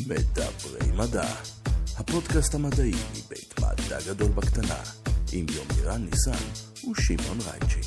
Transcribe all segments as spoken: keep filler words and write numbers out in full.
מדברי מדע, הפודקאסט המדעי מבית מדע גדול בקטנה, עם יומירן ניסן ושמעון רייצ'י.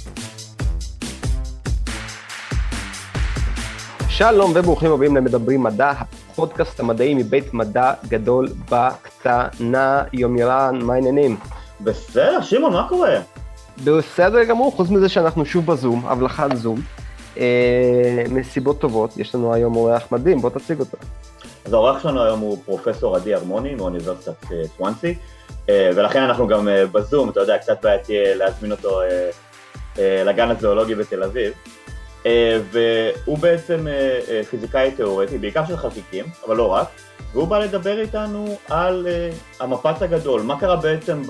שלום וברוכים הבאים למדברי מדע, הפודקאסט המדעי מבית מדע גדול בקטנה. יומירן, מה העניינים? בסדר, שמעון, מה קורה? בסדר גמור, חוץ מזה שאנחנו שוב בזום, הבלחת זום. אה, מסיבות טובות, יש לנו היום אורח מדהים, בוא תציג אותו. אז האורח שלנו היום הוא פרופסור עדי הרמוני מאוניברסיטת סוונסי, ולכן אנחנו גם בזום, אתה יודע, קצת בעייתי להזמין אותו לגן הזואולוגי בתל אביב. והוא בעצם פיזיקאי תיאורטי, בעיקר של חלקיקים, אבל לא רק, והוא בא לדבר איתנו על המפץ הגדול, מה קרה בעצם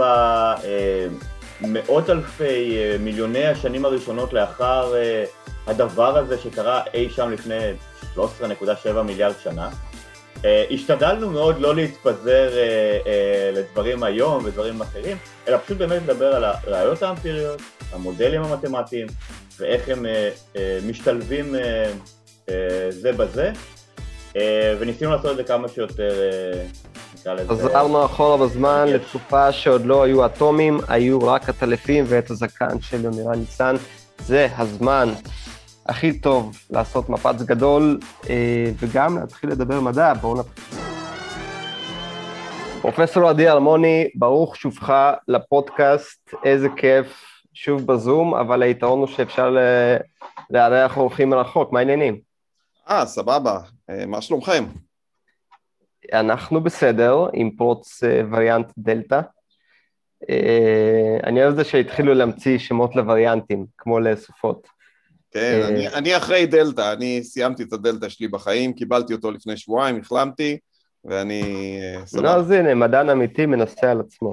במאות אלפי מיליוני השנים הראשונות לאחר הדבר הזה שקרה אי שם לפני שלוש עשרה נקודה שבע מיליארד שנה. השתדלנו מאוד לא להתפזר לדברים היום ודברים אחרים, אלא פשוט באמת לדבר על הראיות האמפיריות, המודלים המתמטיים, ואיך הם משתלבים זה בזה, וניסינו לעשות את זה כמה שיותר, נקרא לזה... חזרנו אחורה בזמן לתקופה שעוד לא היו אטומים, היו רק הטלפים ואת הזקן של יומירן ניסן. זה הזמן הכי טוב לעשות מפץ גדול, וגם להתחיל לדבר מדע. בואו נתחיל. פרופסור עדי הרמוני, ברוך שובך לפודקאסט, איזה כיף. שוב בזום, אבל היתרון הוא שאפשר לארח אורחים מרחוק. מה העניינים? אה, סבבה. מה שלומכם? אנחנו בסדר, עם פרוץ וריאנט דלטה. אני אוהב זה שהתחילו להמציא שמות לווריאנטים, כמו לסופות. כן, אני, אני אחרי דלטה, אני סיימתי את הדלטה שלי בחיים, קיבלתי אותו לפני שבועיים, החלמתי, ואני סבבה. לא, אז הנה, מדען אמיתי מנסה על עצמו.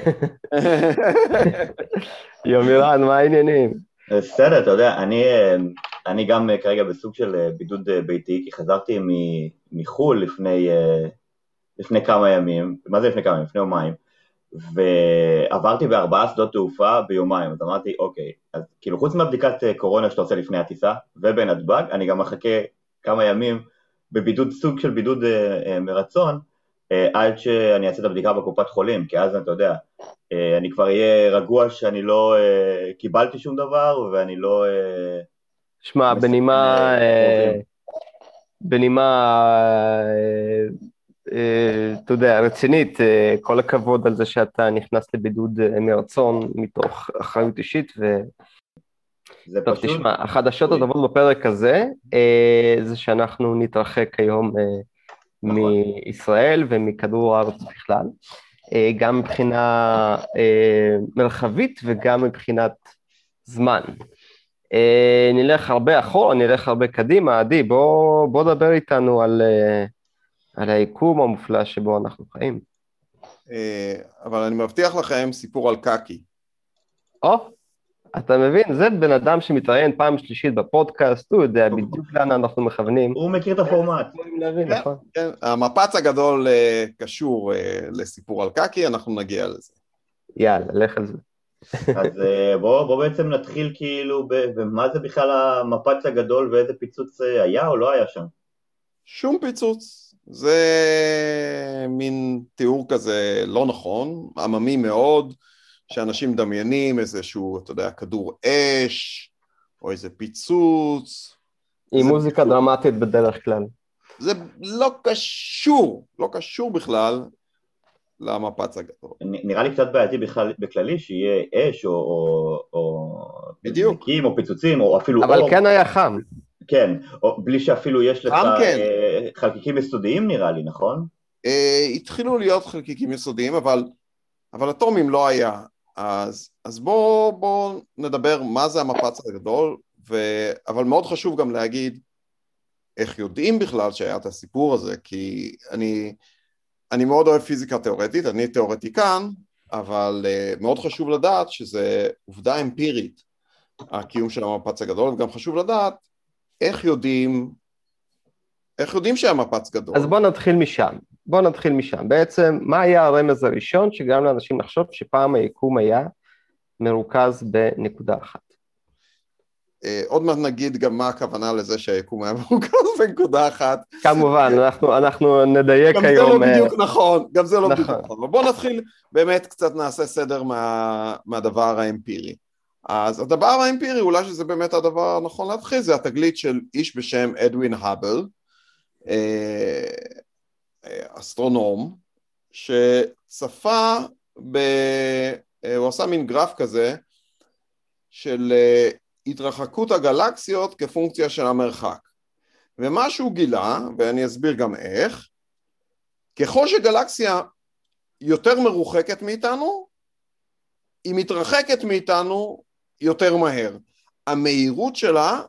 יומירן, מה העניינים? בסדר, אתה יודע, אני, אני גם כרגע בסוג של בידוד ביתי, כי חזרתי מחול לפני, לפני כמה ימים, מה זה לפני כמה ימים? לפני יומיים, ועברתי בארבעה שדות תעופה ביומיים, אז אמרתי, אוקיי, אז כאילו חוץ מהבדיקת קורונה שאתה עושה לפני הטיסה, ובנתב"ג, אני גם מחכה כמה ימים בבידוד, סוג של בידוד מרצון, עד שאני אעשה את הבדיקה בקופת חולים, כי אז אתה יודע, אני כבר אהיה רגוע שאני לא קיבלתי שום דבר, ואני לא... שמע, בנימה, בנימה, אתה יודע, רצינית, כל הכבוד על זה שאתה נכנס לבידוד מרצון מתוך אחריות אישית, ו... זה טוב, פשוט... תשמע, החדשות הטובות בפרק הזה, זה שאנחנו נתרחק היום מישראל ומכדור הארץ בכלל, גם מבחינה מרחבית וגם מבחינת זמן. נלך הרבה אחורה, נלך הרבה קדימה. עדי, בוא, בוא דבר איתנו על, על היקום המופלא שבו אנחנו חיים. אבל אני מבטיח לכם סיפור על קקי. או, אתה מבין, זה בן אדם שמתראיין פעם שלישית בפודקאסט, הוא יודע בדיוק לאן אנחנו מכוונים. הוא מכיר את הפורמט. המפץ הגדול קשור לסיפור על קקי, אנחנו נגיע לזה. יאללה, לך על זה. אז בוא, בוא בעצם נתחיל כאילו, ומה זה בכלל המפץ הגדול, ואיזה פיצוץ היה או לא היה שם? שום פיצוץ. זה מין תיאור כזה לא נכון, עממי מאוד, שאנשים מדמיינים איזשהו, אתה יודע, כדור אש, או איזה פיצוץ. עם מוזיקה פיצוץ. דרמטית בדרך כלל. זה לא קשור, לא קשור בכלל למפץ הגדול. נראה לי קצת בעייתי בכלל, בכללי, שיהיה אש, או, או, או בדיוק. פיצוצים, או פיצוצים, או אפילו אבל אור. כן היה חם. כן, או בלי שאפילו יש לך כן. חלקיקים יסודיים נראה לי, נכון? התחילו להיות חלקיקים יסודיים, אבל, אבל אטומים לא היה. אז, אז בוא, בוא נדבר מה זה המפץ הגדול, ו... אבל מאוד חשוב גם להגיד איך יודעים בכלל שהיה את הסיפור הזה, כי אני, אני מאוד אוהב פיזיקה תיאורטית, אני תיאורטיקן, אבל uh, מאוד חשוב לדעת שזה עובדה אמפירית, הקיום של המפץ הגדול, וגם חשוב לדעת איך יודעים, איך יודעים שהמפץ גדול. אז בוא נתחיל משם. בוא נתחיל משם. בעצם, מה היה הרמז הראשון שגם לאנשים לחשוב שפעם היקום היה מרוכז בנקודה אחת? עוד מעט נגיד גם מה הכוונה לזה שהיקום היה מרוכז בנקודה אחת. כמובן, אנחנו, אנחנו נדייק גם היום. גם זה לא בדיוק נכון, גם זה לא נכון. בדיוק נכון. בואו נתחיל, באמת קצת נעשה סדר מה, מהדבר האמפירי. אז הדבר האמפירי, אולי שזה באמת הדבר הנכון להתחיל, זה התגלית של איש בשם אדווין האבל, אסטרונום, שצפה, ב... הוא עשה מין גרף כזה, של התרחקות הגלקסיות כפונקציה של המרחק. ומה שהוא גילה, ואני אסביר גם איך, ככל שגלקסיה יותר מרוחקת מאיתנו, היא מתרחקת מאיתנו יותר מהר. המהירות שלה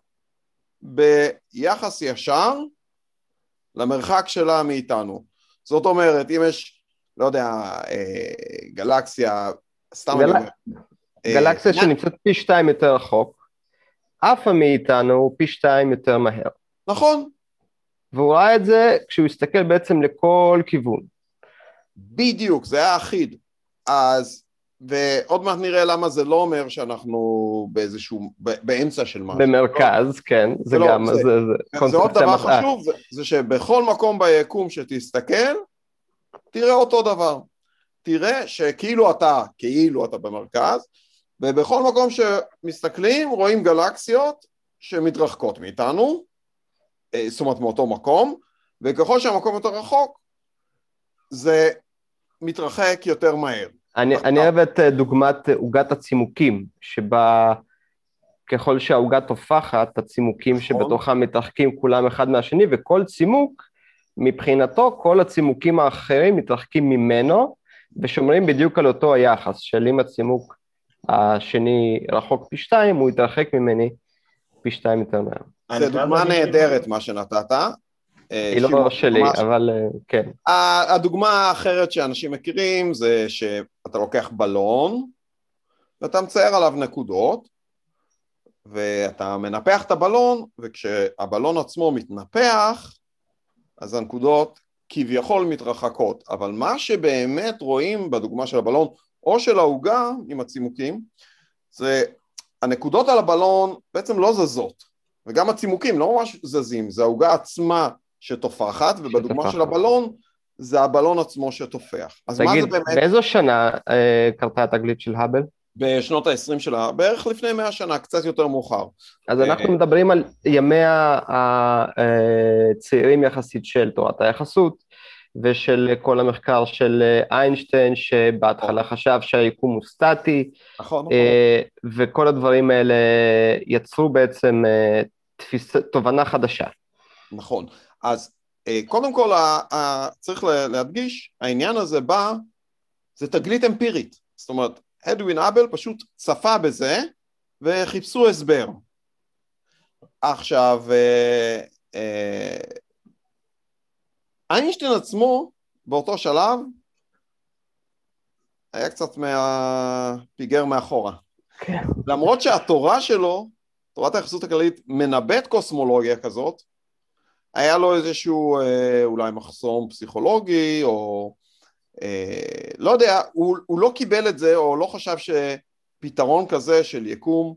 ביחס ישר למרחק שלה מאיתנו. זאת אומרת, אם יש, לא יודע, גלקסיה, סתם גל... אני אומר, גלקסיה שנמצאת פי שתיים יותר רחוק, עפה מאיתנו פי שתיים יותר מהר. נכון. והוא ראה את זה כשהוא הסתכל בעצם לכל כיוון. בדיוק, זה היה אחיד. אז, ועוד מעט נראה למה זה לא אומר שאנחנו באיזשהו, באמצע של משהו. במרכז, לא, כן, זה לא, גם, זה, זה, זה, זה עוד דבר מטעה. חשוב, זה, זה שבכל מקום ביקום שתסתכל, תראה אותו דבר. תראה שכאילו אתה, כאילו אתה במרכז, ובכל מקום שמסתכלים רואים גלקסיות שמתרחקות מאיתנו, זאת אומרת מאותו מקום, וככל שהמקום יותר רחוק, זה מתרחק יותר מהר. אני, אני אוהב את דוגמת עוגת הצימוקים, שבה ככל שהעוגה תופחת, הצימוקים נכון. שבתוכם מתרחקים כולם אחד מהשני, וכל צימוק, מבחינתו, כל הצימוקים האחרים מתרחקים ממנו, ושומרים בדיוק על אותו היחס, של אם הצימוק השני רחוק פי שתיים, הוא יתרחק ממני פי שתיים יותר מהר. זו דוגמה נהדרת מה שנתת. היא לא שלי, אבל כן. הדוגמה האחרת שאנשים מכירים, זה שאתה לוקח בלון, ואתה מצייר עליו נקודות, ואתה מנפח את הבלון, וכשהבלון עצמו מתנפח, אז הנקודות כביכול מתרחקות, אבל מה שבאמת רואים בדוגמה של הבלון, או של העוגה עם הצימוקים, זה הנקודות על הבלון בעצם לא זזות, וגם הצימוקים לא ממש זזים, זה העוגה עצמה שתופחת, ובדוגמה שתופח. של הבלון, זה הבלון עצמו שתופח. אז תגיד, מה זה באמת... באיזו שנה אה, קרתה התגלית של האבל? בשנות ה-עשרים שלה, בערך לפני מאה שנה, קצת יותר מאוחר. אז אנחנו מדברים על ימי הצעירים יחסית של תורת היחסות, ושל כל המחקר של איינשטיין, שבהתחלה חשב שהיקום הוא סטטי, נכון, נכון. וכל הדברים האלה יצרו בעצם תובנה חדשה. נכון. אז קודם כל צריך להדגיש, העניין הזה בא, זה תגלית אמפירית. זאת אומרת, אדווין האבל פשוט צפה בזה, וחיפשו הסבר. עכשיו, איינשטיין עצמו, באותו שלב, היה קצת מה... פיגר מאחורה. כן. למרות שהתורה שלו, תורת היחסות הכללית, מנבאת קוסמולוגיה כזאת, היה לו איזשהו אולי מחסום פסיכולוגי, או לא יודע, הוא, הוא לא קיבל את זה, או לא חשב שפתרון כזה של יקום,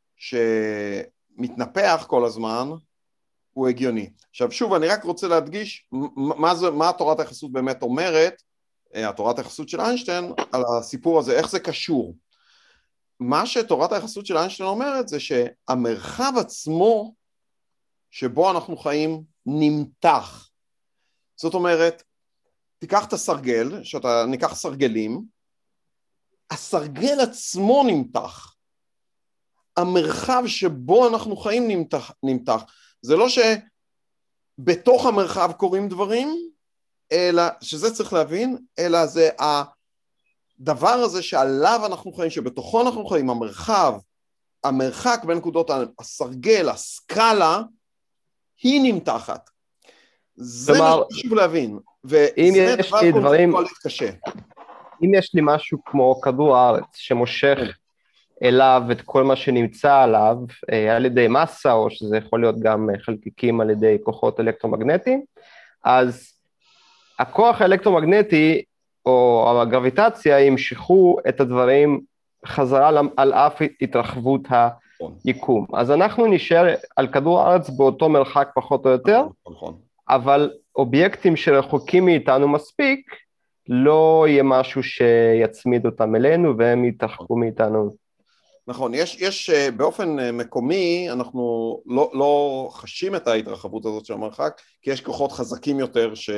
שמתנפח כל הזמן, הוא הגיוני. עכשיו שוב, אני רק רוצה להדגיש, מה, זה, מה התורת היחסות באמת אומרת, התורת היחסות של איינשטיין, על הסיפור הזה, איך זה קשור. מה שתורת היחסות של איינשטיין אומרת, זה שהמרחב עצמו, שבו אנחנו חיים, נמתח. זאת אומרת, תיקח את הסרגל, שאתה ניקח סרגלים, הסרגל עצמו נמתח. המרחב שבו אנחנו חיים נמתח, נמתח. זה לא שבתוך המרחב קורים דברים, אלא, שזה צריך להבין, אלא זה הדבר הזה שעליו אנחנו חיים, שבתוכו אנחנו חיים, המרחב, המרחק בין נקודות הסרגל, הסקאלה, היא נמתחת. זה מה שחשוב להבין. וזה דבר קונצפטואלית קשה. אם יש לי משהו כמו כדור הארץ, שמושך אליו את כל מה שנמצא עליו, על ידי מסה, או שזה יכול להיות גם חלקיקים על ידי כוחות אלקטרומגנטיים, אז הכוח האלקטרומגנטי, או הגרביטציה, ימשכו את הדברים חזרה על אף התרחבות יקום. אז אנחנו נשאר על כדור הארץ באותו מרחק פחות או יותר, נכון. אבל אובייקטים שרחוקים מאיתנו מספיק, לא יהיה משהו שיצמיד אותם אלינו והם יתרחקו מאיתנו. נכון, יש, יש באופן מקומי, אנחנו לא, לא חשים את ההתרחבות הזאת של המרחק, כי יש כוחות חזקים יותר ש,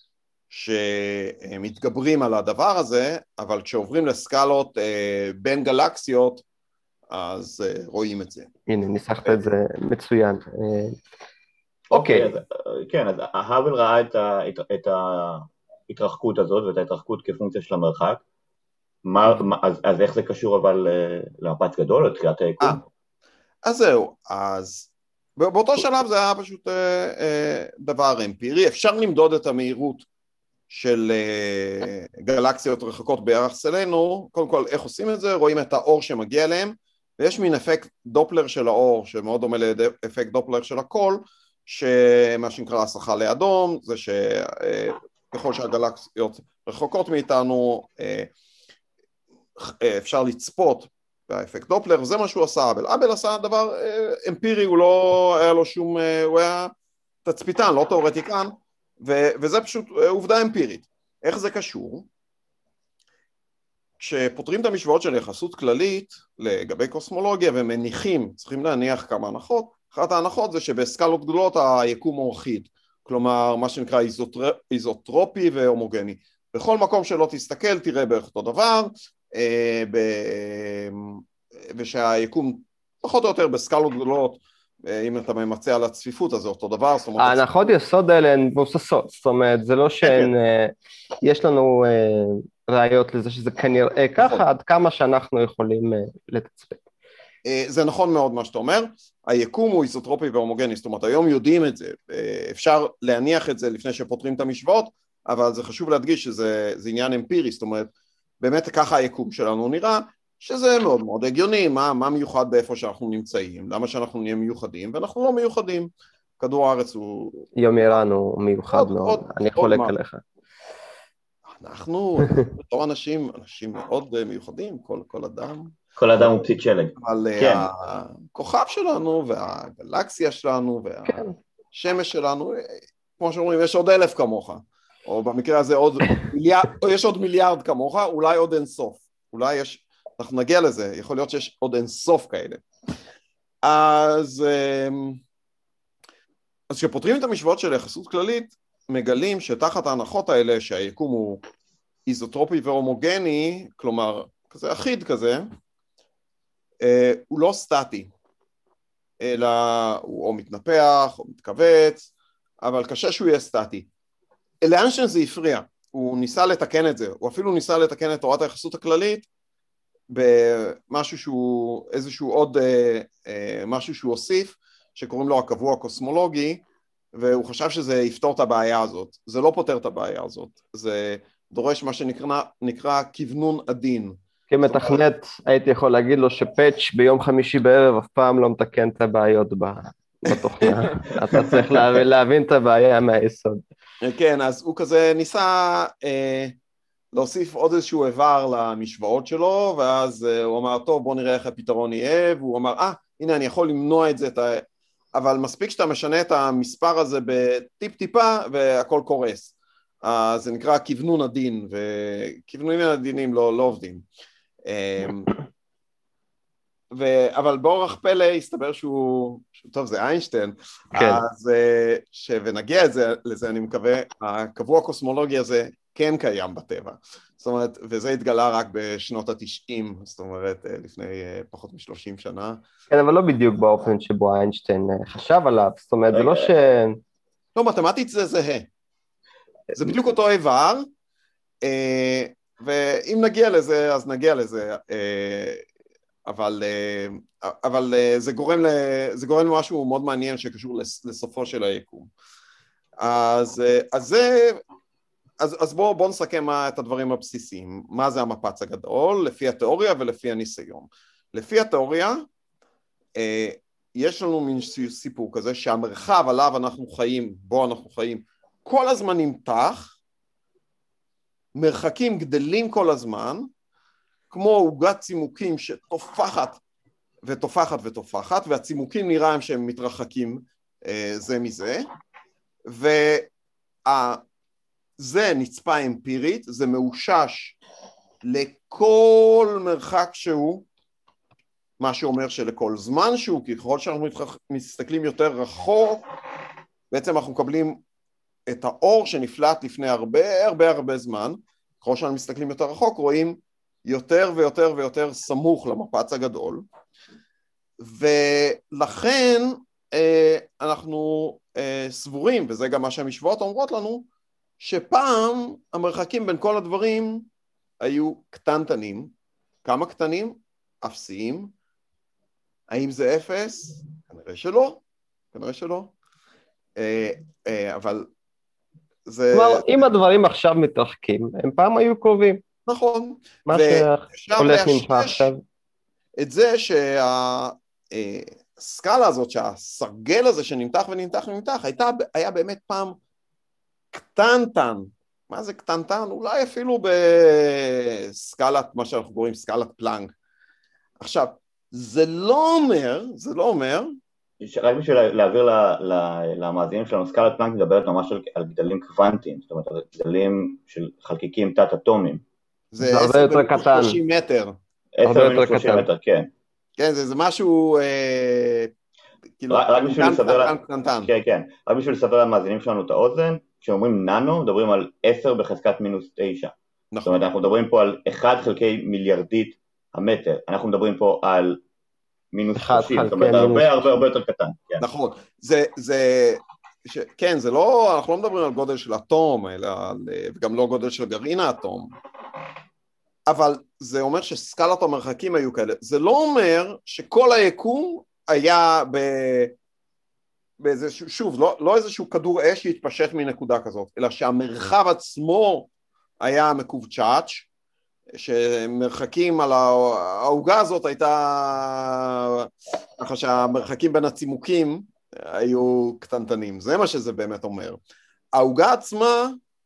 שמתגברים על הדבר הזה, אבל כשעוברים לסקלות בין גלקסיות, אז רואים את זה. הנה, ניסחת את זה מצוין. אוקיי. כן, אז האבל ראה את ההתרחקות הזאת, ואת ההתרחקות כפונקציה של המרחק, מה, אז, אז איך זה קשור אבל למפץ גדול, לתחילת היקום? אז זהו, אז באותו שלב זה היה פשוט אה, אה, דבר אמפירי, אפשר למדוד את המהירות של אה, גלקסיות רחוקות ביחס אלינו, קודם כל איך עושים את זה, רואים את האור שמגיע אליהם, ויש מין אפקט דופלר של האור, שמאוד דומה לאפקט דופלר של הקול, שמה שנקרא הסחה לאדום, זה שככל שהגלקסיות רחוקות מאיתנו, אה, אפשר לצפות באפקט דופלר, זה מה שהוא עשה. אבל אבל עשה דבר אמפירי, הוא לא היה לו שום, הוא היה תצפיתן, לא תיאורטיקן, וזה פשוט עובדה אמפירית. איך זה קשור? כשפותרים את המשוואות של יחסות כללית לגבי קוסמולוגיה ומניחים, צריכים להניח כמה הנחות, אחת ההנחות זה שבסקלות גדולות היקום הוא אחיד, כלומר מה שנקרא איזוטר... איזוטרופי והומוגני. בכל מקום שלא תסתכל תראה בערך אותו דבר, ושהיקום פחות או יותר בסקלות גדולות, אם אתה ממצא על הצפיפות הזה אותו דבר. ההנחות יסוד האלה הן מבוססות, זאת אומרת זה לא שהן, יש לנו ראיות לזה שזה כנראה ככה, עד כמה שאנחנו יכולים לתצפת. זה נכון מאוד מה שאתה אומר, היקום הוא איזוטרופי והומוגני, זאת אומרת היום יודעים את זה, אפשר להניח את זה לפני שפותרים את המשוואות, אבל זה חשוב להדגיש שזה עניין אמפירי, זאת אומרת באמת ככה היקום שלנו נראה, שזה מאוד מאוד הגיוני, מה, מה מיוחד באיפה שאנחנו נמצאים, למה שאנחנו נהיה מיוחדים, ואנחנו לא מיוחדים, כדור הארץ הוא... יום איראן הוא מיוחד עוד, מאוד, עוד, אני חולק עוד עליך. אנחנו, בתור אנשים, אנשים מאוד מיוחדים, כל, כל אדם. כל אדם הוא פסיק שלג. אבל כן. הכוכב שלנו, והגלקסיה שלנו, והשמש שלנו, כמו שאומרים, יש עוד אלף כמוך. או במקרה הזה עוד מיליארד, או יש עוד מיליארד כמוך, אולי עוד אין סוף. אולי יש, אנחנו נגיע לזה, יכול להיות שיש עוד אין סוף כאלה. אז, אז כשפותרים את המשוואות של יחסות כללית, מגלים שתחת ההנחות האלה שהיקום הוא איזוטרופי והומוגני, כלומר, כזה אחיד כזה, הוא לא סטטי, אלא הוא או מתנפח או מתכווץ, אבל קשה שהוא יהיה סטטי. לאיינשטיין זה הפריע, הוא ניסה לתקן את זה, הוא אפילו ניסה לתקן את תורת היחסות הכללית, במשהו שהוא, איזשהו עוד, משהו שהוא הוסיף, שקוראים לו הקבוע הקוסמולוגי, והוא חשב שזה יפתור את הבעיה הזאת. זה לא פותר את הבעיה הזאת, זה דורש מה שנקרא נקרא כוונון עדין. כמתכנת הייתי יכול להגיד לו שפאץ' ביום חמישי בערב אף פעם לא מתקן את הבעיות בתוכנה. אתה צריך להבין, להבין את הבעיה מהיסוד. כן, אז הוא כזה ניסה אה, להוסיף עוד איזשהו איבר למשוואות שלו, ואז אה, הוא אמר, טוב, בוא נראה איך הפתרון יהיה, והוא אמר, אה, הנה אני יכול למנוע את זה, את ה... אבל מספיק שאתה משנה את המספר הזה בטיפ טיפה, והכל קורס. אז זה נקרא כוונון עדין, וכוונונים עדינים לא, לא עובדים. ו... אבל באורח פלא הסתבר שהוא, טוב זה איינשטיין, כן. אז ש... ונגיע לזה, לזה אני מקווה, הקבוע הקוסמולוגי הזה כן קיים בטבע, זאת אומרת, וזה התגלה רק בשנות התשעים, זאת אומרת, לפני פחות משלושים שנה. כן, אבל לא בדיוק באופן שבו איינשטיין חשב עליו, זאת אומרת, זה לא ש... לא, מתמטית זה זהה, זה בדיוק אותו איבר, ואם נגיע לזה, אז נגיע לזה, אבל, אבל זה גורם, זה גורם למשהו מאוד מעניין שקשור לסופו של היקום. אז, אז זה, אז, אז בואו בוא נסכם את הדברים הבסיסיים. מה זה המפץ הגדול? לפי התיאוריה ולפי הניסיון. לפי התיאוריה, יש לנו מין סיפור כזה שהמרחב עליו אנחנו חיים, בו אנחנו חיים, כל הזמן נמתח, מרחקים גדלים כל הזמן, כמו עוגת צימוקים שתופחת ותופחת ותופחת, והצימוקים נראה שהם מתרחקים אה, זה מזה, וזה נצפה אמפירית, זה מאושש לכל מרחק שהוא, מה שאומר שלכל זמן שהוא, כי ככל שאנחנו מסתכלים יותר רחוק, בעצם אנחנו מקבלים את האור שנפלט לפני הרבה הרבה הרבה זמן, ככל שאנחנו מסתכלים יותר רחוק, רואים יותר ויותר ויותר סמוך למפץ הגדול, ולכן אנחנו סבורים, וזה גם מה שהמשוואות אומרות לנו, שפעם המרחקים בין כל הדברים היו קטנטנים. כמה קטנים? אפסיים. האם זה אפס? כנראה שלא. כנראה שלא. אבל זה... כלומר, אם הדברים עכשיו מתרחקים, הם פעם היו קרובים. נכון. מה שהולך ממך עכשיו. את זה שהסקאלה הזאת, שהסרגל הזה שנמתח ונמתח ונמתח, הייתה, היה באמת פעם קטנטן. מה זה קטנטן? אולי אפילו בסקלת, מה שאנחנו קוראים סקלת פלנק. עכשיו, זה לא אומר, זה לא אומר, רק בשביל להעביר למאזינים שלנו, סקלת פלנק מדברת ממש על גדלים קוונטיים, זאת אומרת, על גדלים של חלקיקים תת-אטומיים. זה הרבה יותר קטן. שלושים מטר. הרבה יותר שלושים מטר, כן. כן, זה משהו, רק בשביל לסבר, כן, כן, רק בשביל לסבר למאזינים שלנו את האוזן, כשאומרים ננו, מדברים על עשר בחזקת מינוס תשע. זאת אומרת, אנחנו מדברים פה על אחד חלקי מיליארדית המטר, אנחנו מדברים פה על מינוס שלושים, זאת אומרת, הרבה הרבה הרבה יותר קטן. נכון, זה, זה, כן, זה לא, אנחנו לא מדברים על גודל של אטום, וגם לא גודל של גרעין האטום, אבל זה אומר שסקלת המרחקים היו כאלה. זה לא אומר שכל היקום היה ב... באיזשהו, שוב, לא, לא איזשהו כדור אש שהתפשט מנקודה כזאת, אלא שהמרחב עצמו היה מקוב צ'אץ', שמרחקים על ההוגה הזאת הייתה, ככה שהמרחקים בין הצימוקים היו קטנטנים, זה מה שזה באמת אומר. ההוגה עצמה,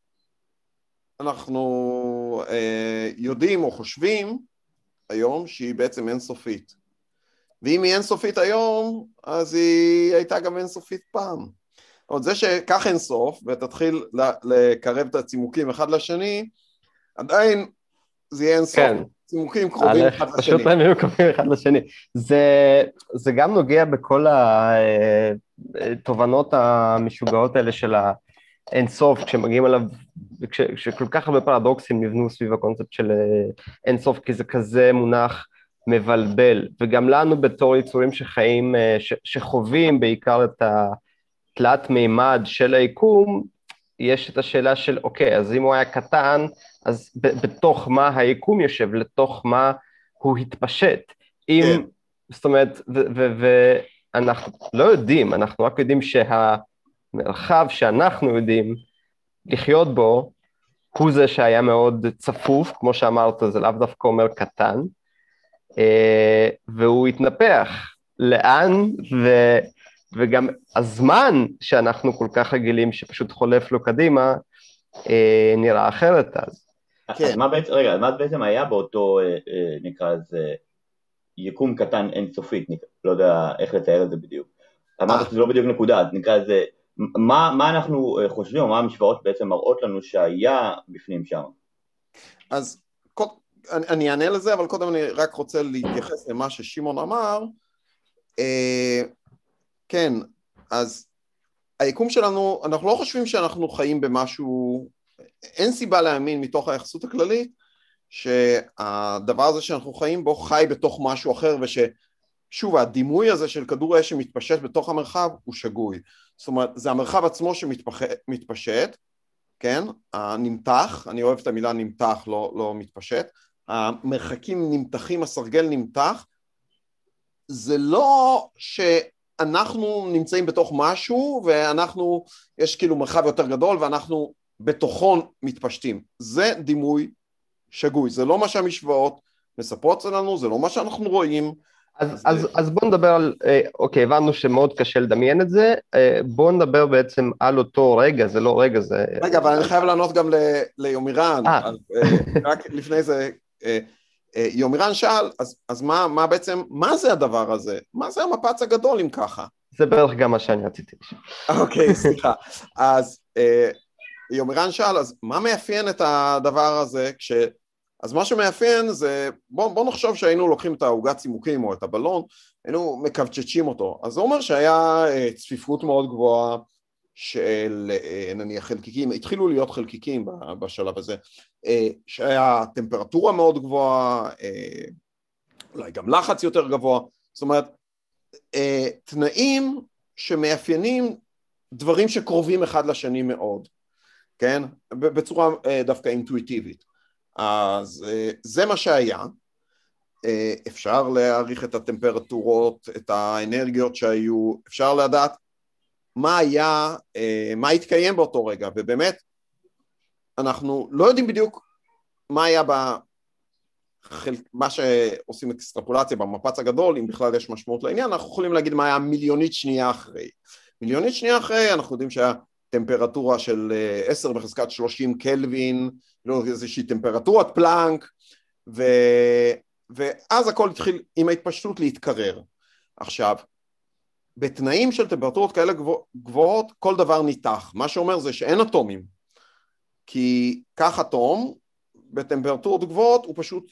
אנחנו אה, יודעים או חושבים היום שהיא בעצם אינסופית. ואם היא אינסופית היום, אז היא הייתה גם אינסופית פעם. עוד זה שכך אינסוף, ותתחיל לקרב את הצימוקים אחד לשני, עדיין זה יהיה אינסוף. כן. צימוקים קרובים אחד לשני. פשוט הם יהיו קרובים אחד לשני. זה, זה גם נוגע בכל התובנות המשוגעות האלה של האינסוף, כשמגיעים עליו, כש, כשכל כך הרבה פרדוקסים נבנו סביב הקונספט של אינסוף, כי זה כזה מונח מבלבל, וגם לנו בתור יצורים שחיים, ש, שחווים בעיקר את התלת מימד של היקום, יש את השאלה של, אוקיי, אז אם הוא היה קטן, אז ב- בתוך מה היקום יושב, לתוך מה הוא התפשט. אם, כן. זאת אומרת, ואנחנו לא יודעים, אנחנו רק יודעים שהמרחב שאנחנו יודעים לחיות בו, הוא זה שהיה מאוד צפוף, כמו שאמרת, זה לאו דווקא אומר קטן, והוא התנפח. לאן? ו... וגם הזמן שאנחנו כל כך רגילים שפשוט חולף לו קדימה, אה, נראה אחרת אז. כן. אז מה בעצם, רגע, מה בעצם היה באותו, אה, אה, נקרא לזה, יקום קטן אינסופית, נקרא, לא יודע איך לתאר את זה בדיוק. אמרת שזה לא בדיוק נקודה, אז נקרא לזה, מה, מה אנחנו חושבים, או מה המשוואות בעצם מראות לנו שהיה בפנים שם? אז אני, אני אענה לזה, אבל קודם אני רק רוצה להתייחס למה ששימון אמר, אה, כן, אז היקום שלנו, אנחנו לא חושבים שאנחנו חיים במשהו, אין סיבה להאמין מתוך היחסות הכללית, שהדבר הזה שאנחנו חיים בו חי בתוך משהו אחר, וששוב, הדימוי הזה של כדור האש שמתפשט בתוך המרחב הוא שגוי. זאת אומרת, זה המרחב עצמו שמתפשט, כן, הנמתח, אני אוהב את המילה נמתח, לא, לא מתפשט, המרחקים נמתחים, הסרגל נמתח, זה לא ש... אנחנו נמצאים בתוך משהו, ואנחנו, יש כאילו מרחב יותר גדול, ואנחנו בתוכו מתפשטים. זה דימוי שגוי, זה לא מה שהמשוואות מספרות לנו, זה לא מה שאנחנו רואים. אז, אז, זה... אז בואו נדבר על, אוקיי, הבנו שמאוד קשה לדמיין את זה, בואו נדבר בעצם על אותו רגע, זה לא רגע, זה... רגע, אבל אני חייב לענות גם ליומירן, רק לפני זה... יומירן שאל, אז, אז מה, מה בעצם, מה זה הדבר הזה? מה זה המפץ הגדול אם ככה? זה בערך גם מה שאני רציתי. אוקיי, סליחה. אז יומירן שאל, אז מה מאפיין את הדבר הזה? כש... אז מה שמאפיין זה, בוא, בוא נחשוב שהיינו לוקחים את העוגת צימוקים או את הבלון, היינו מקבצ'צ'ים אותו. אז זה אומר שהיה צפיפות מאוד גבוהה של נניח חלקיקים, התחילו להיות חלקיקים בשלב הזה, שהיה טמפרטורה מאוד גבוהה, אולי גם לחץ יותר גבוה, זאת אומרת, תנאים שמאפיינים דברים שקרובים אחד לשני מאוד, כן? בצורה דווקא אינטואיטיבית. אז זה מה שהיה, אפשר להעריך את הטמפרטורות, את האנרגיות שהיו, אפשר לדעת מה היה, מה התקיים באותו רגע, ובאמת אנחנו לא יודעים בדיוק מה היה בחלק, מה שעושים אקסטרפולציה במפץ הגדול, אם בכלל יש משמעות לעניין, אנחנו יכולים להגיד מה היה מיליונית שנייה אחרי. מיליונית שנייה אחרי אנחנו יודעים שהיה טמפרטורה של עשר בחזקת שלושים קלווין, לא איזושהי טמפרטורת פלנק, ו... ואז הכל התחיל עם ההתפשטות להתקרר. עכשיו, בתנאים של טמפרטורות כאלה גבוהות, כל דבר ניתח. מה שאומר זה שאין אטומים, כי כך אטום, בטמפרטורות גבוהות, הוא פשוט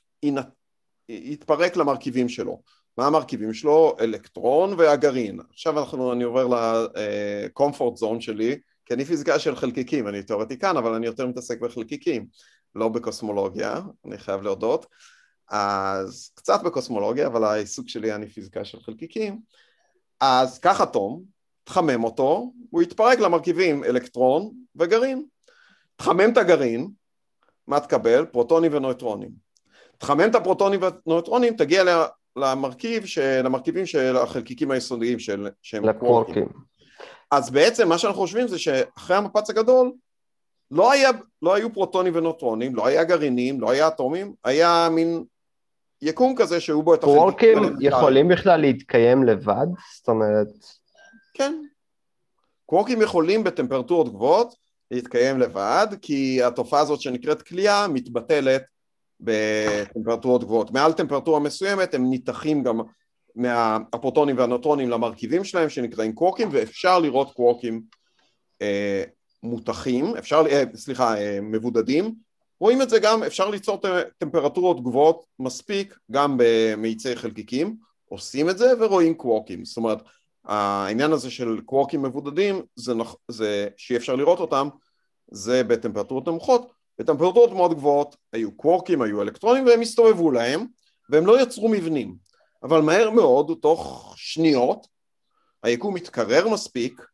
יתפרק למרכיבים שלו. מה המרכיבים שלו? אלקטרון והגרעין. עכשיו אנחנו, אני עובר לקומפורט זון שלי, כי אני פיזיקה של חלקיקים, אני תיאורטיקן, אבל אני יותר מתעסק בחלקיקים, לא בקוסמולוגיה, אני חייב להודות. אז קצת בקוסמולוגיה, אבל העיסוק שלי אני פיזיקה של חלקיקים. אז קח אטום, תחמם אותו, הוא יתפרק למרכיבים אלקטרון וגרעין. תחמם את הגרעין, מה תקבל? פרוטונים ונויטרונים. תחמם את הפרוטונים והנויטרונים, תגיע למרכיב, למרכיבים של החלקיקים היסודיים של, שהם קוורקים. אז בעצם מה שאנחנו חושבים זה שאחרי המפץ הגדול, לא היה, לא היו פרוטונים ונויטרונים, לא היה גרעינים, לא היה אטומים, היה מין יקום כזה שהוא בו את החלקיקים. קוורקים יכולים בכלל להתקיים לבד? זאת אומרת... כן. קוורקים יכולים בטמפרטורות גבוהות להתקיים לבד, כי התופעה הזאת שנקראת כלייה מתבטלת בטמפרטורות גבוהות. מעל טמפרטורה מסוימת הם ניתחים גם מהפרוטונים והנויטרונים למרכיבים שלהם שנקראים קוורקים, ואפשר לראות קוורקים אה, מותחים, אפשר, אה, סליחה, אה, מבודדים. רואים את זה גם, אפשר ליצור טמפרטורות גבוהות מספיק גם במאיצי חלקיקים, עושים את זה ורואים קוורקים. זאת אומרת, העניין הזה של קוורקים מבודדים, זה, זה שאי אפשר לראות אותם, זה בטמפרטורות נמוכות. בטמפרטורות מאוד גבוהות היו קוורקים, היו אלקטרונים, והם הסתובבו להם, והם לא יצרו מבנים. אבל מהר מאוד, תוך שניות, היקום מתקרר מספיק,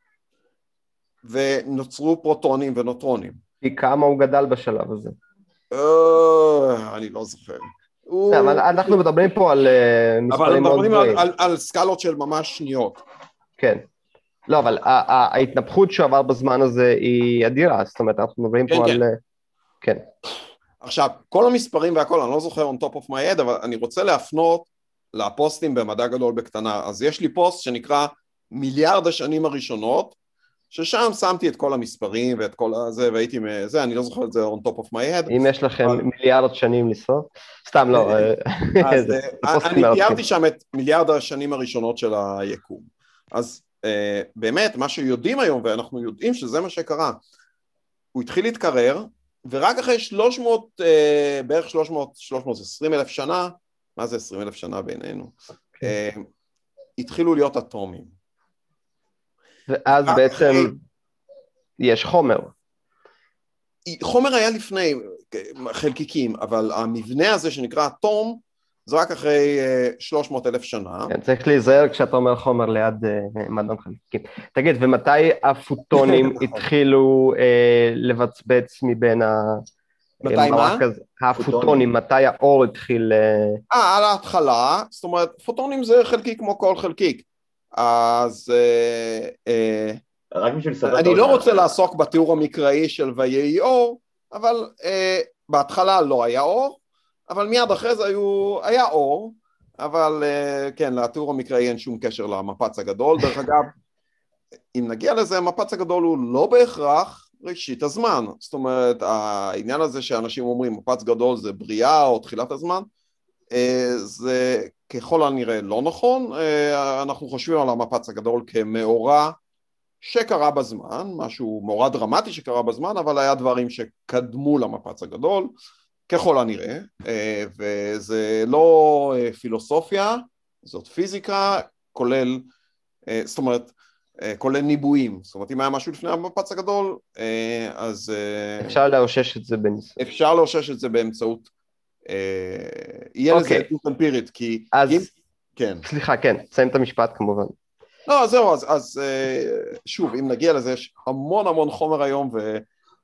ונוצרו פרוטונים ונוטרונים. כי כמה הוא גדל בשלב הזה? אני לא זוכר. אבל אנחנו מדברים פה על מספרים מאוד גבוהים. אבל מדברים על סקלות של ממש שניות. כן. לא, אבל ההתנפחות שעבר בזמן הזה היא אדירה, זאת אומרת, אנחנו מדברים פה על... כן. עכשיו, כל המספרים והכל, אני לא זוכר on top of my head, אבל אני רוצה להפנות לפוסטים במדע גדול בקטנה. אז יש לי פוסט שנקרא מיליארד השנים הראשונות, ששם שמתי את כל המספרים ואת כל הזה, והייתי מזה, אני לא זוכר את זה on top of my head. אם יש לכם מיליארד שנים לסוף, סתם לא. אז אני תיארתי שם את מיליארד השנים הראשונות של היקום. אז באמת, מה שיודעים היום, ואנחנו יודעים שזה מה שקרה, הוא התחיל להתקרר, ורק אחרי שלוש מאות, בערך שלוש מאות, שלוש מאות ועשרים אלף שנה, מה זה עשרים אלף שנה בינינו? התחילו להיות אטומים. ואז בעצם יש חומר. חומר היה לפני חלקיקים, אבל המבנה הזה שנקרא אטום, זה רק אחרי שלוש מאות אלף שנה. כן, צריך להיזהר כשאתה אומר חומר ליד מדען חלקיקים. תגיד, ומתי הפוטונים התחילו לבצבץ מבין ה... מתי מה? הפוטונים, מתי האור התחיל... אה, על ההתחלה, זאת אומרת, פוטונים זה חלקיק כמו כל חלקיק. אז אני לא רוצה לעסוק בתיאור המקראי של ויהי אור, אבל בהתחלה לא היה אור, אבל מיד אחרי זה היה אור, אבל כן, לתיאור המקראי אין שום קשר למפץ הגדול. דרך אגב, אם נגיע לזה, המפץ הגדול הוא לא בהכרח ראשית הזמן. זאת אומרת, העניין הזה שאנשים אומרים מפץ גדול זה בריאה או תחילת הזמן, זה ככל הנראה לא נכון, אנחנו חושבים על המפץ הגדול כמאורע שקרה בזמן, משהו מאורע דרמטי שקרה בזמן, אבל היה דברים שקדמו למפץ הגדול, ככל הנראה, וזה לא פילוסופיה, זאת פיזיקה, כולל, זאת אומרת, כולל ניבויים, זאת אומרת, אם היה משהו לפני המפץ הגדול, אז... אפשר לאושש את זה בניסוי. אפשר לאושש את זה באמצעות, יהיה לזה עדות אמפירית, כי... אז, כן. סליחה, כן, תסיים את המשפט כמובן. לא, זהו, אז, אז שוב, אם נגיע לזה, יש המון המון חומר היום, ו...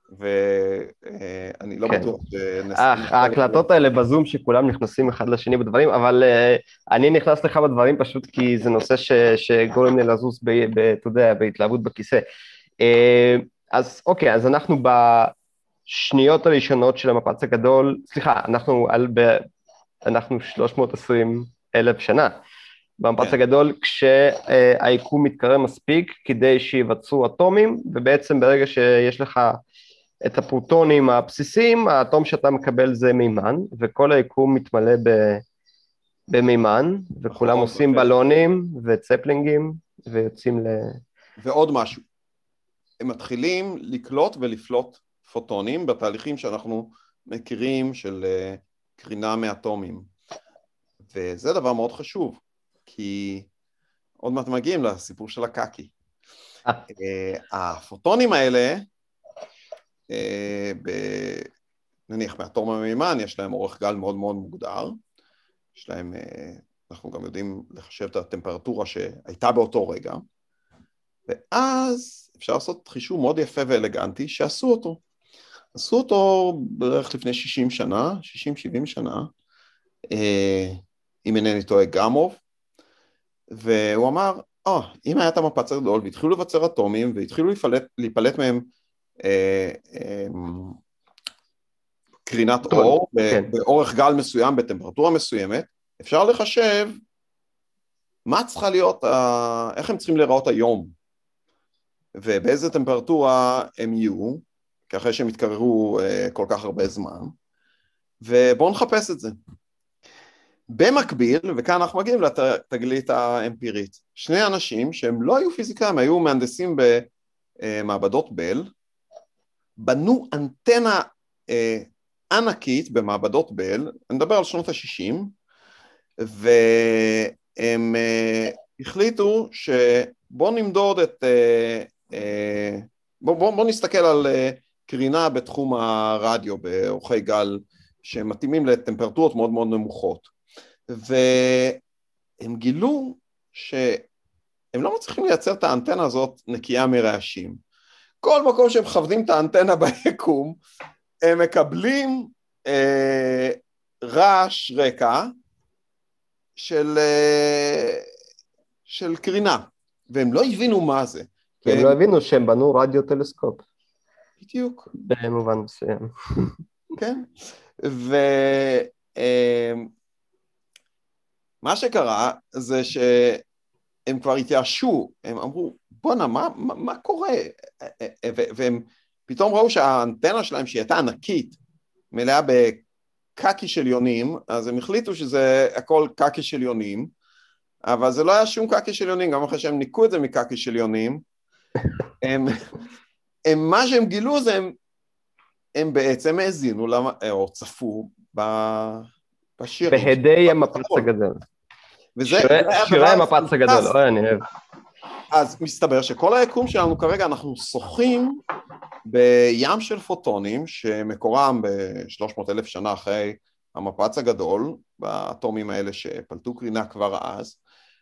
ואני לא בטוח ההקלטות האלה בזום שכולם נכנסים אחד לשני בדברים, אבל אני נכנס לך בדברים פשוט כי זה נושא שגורם לי לזוז, אתה יודע, בהתלהבות בכיסא. אז אוקיי, אז אנחנו בשניות הראשונות של המפץ הגדול, סליחה, אנחנו על אנחנו שלוש מאות ועשרים אלף שנה במפץ הגדול, כשהיקום מתקרב מספיק כדי שיווצרו אטומים, ובעצם ברגע שיש לך את הפרוטונים הבסיסיים, האטום שאתה מקבל זה מימן, וכל היקום מתמלא במימן, וכולם עושים בלונים וצפלינגים, ויוצאים ל... ועוד משהו, הם מתחילים לקלוט ולפלוט פוטונים, בתהליכים שאנחנו מכירים של קרינה מאטומים, וזה דבר מאוד חשוב, כי עוד מעט מגיעים לסיפור של הקקי. הפוטונים האלה, נניח מאטום המימן, יש להם אורך גל מאוד מאוד מוגדר, יש להם, אנחנו גם יודעים לחשב את הטמפרטורה שהייתה באותו רגע, ואז אפשר לעשות חישוב מאוד יפה ואלגנטי שעשו אותו. עשו אותו בערך לפני שישים שנה, שישים שבעים שנה, אם אינני טועה גמוב, והוא אמר, אה, אם היה את המפץ הגדול, והתחילו לבצר אטומים, והתחילו להיפלט, להיפלט מהם אה, אה, קרינת אור, כן. באורך גל מסוים, בטמפרטורה מסוימת, אפשר לחשב מה צריכה להיות, אה, איך הם צריכים להיראות היום, ובאיזה טמפרטורה הם יהיו, ככה שהם יתקררו אה, כל כך הרבה זמן, ובואו נחפש את זה. במקביל, וכאן אנחנו מגיעים לתגלית האמפירית, שני אנשים שהם לא היו פיזיקאים, היו מהנדסים במעבדות בל, בנו אנטנה אה, ענקית במעבדות בל, אני מדבר על שנות ה-שישים, והם אה, החליטו שבוא נמדוד את, אה, אה, בוא, בוא, בוא נסתכל על אה, קרינה בתחום הרדיו, באורכי גל, שמתאימים לטמפרטורות מאוד מאוד נמוכות. והם גילו שהם לא מצליחים לייצר את האנטנה הזאת נקייה מרעשים. כל מקום שהם מכוונים את האנטנה ביקום, הם מקבלים אה, רעש רקע של, אה, של קרינה, והם לא הבינו מה זה. כי הם לא הבינו שהם בנו רדיו טלסקופ. בדיוק. במובן מסוים. כן. ו... אה, מה שקרה זה שהם כבר התייאשו, הם אמרו, בונה, מה, מה, מה קורה? והם פתאום ראו שהאנטנה שלהם, שהיא הייתה ענקית, מלאה בקקי של יונים, אז הם החליטו שזה הכל קקי של יונים, אבל זה לא היה שום קקי של יונים, גם אחרי שהם ניקו את זה מקקי של יונים, הם, הם, מה שהם גילו זה, הם, הם בעצם האזינו, או צפו בשירים. בהדי המפץ הגדול. שירי המפץ הגדול, אוי, אני אוהב. אז מסתבר שכל היקום שלנו כרגע אנחנו שוחים בים של פוטונים, שמקורם ב-שלוש מאות אלף שנה אחרי המפץ הגדול, באטומים האלה שפלטו קרינה כבר אז,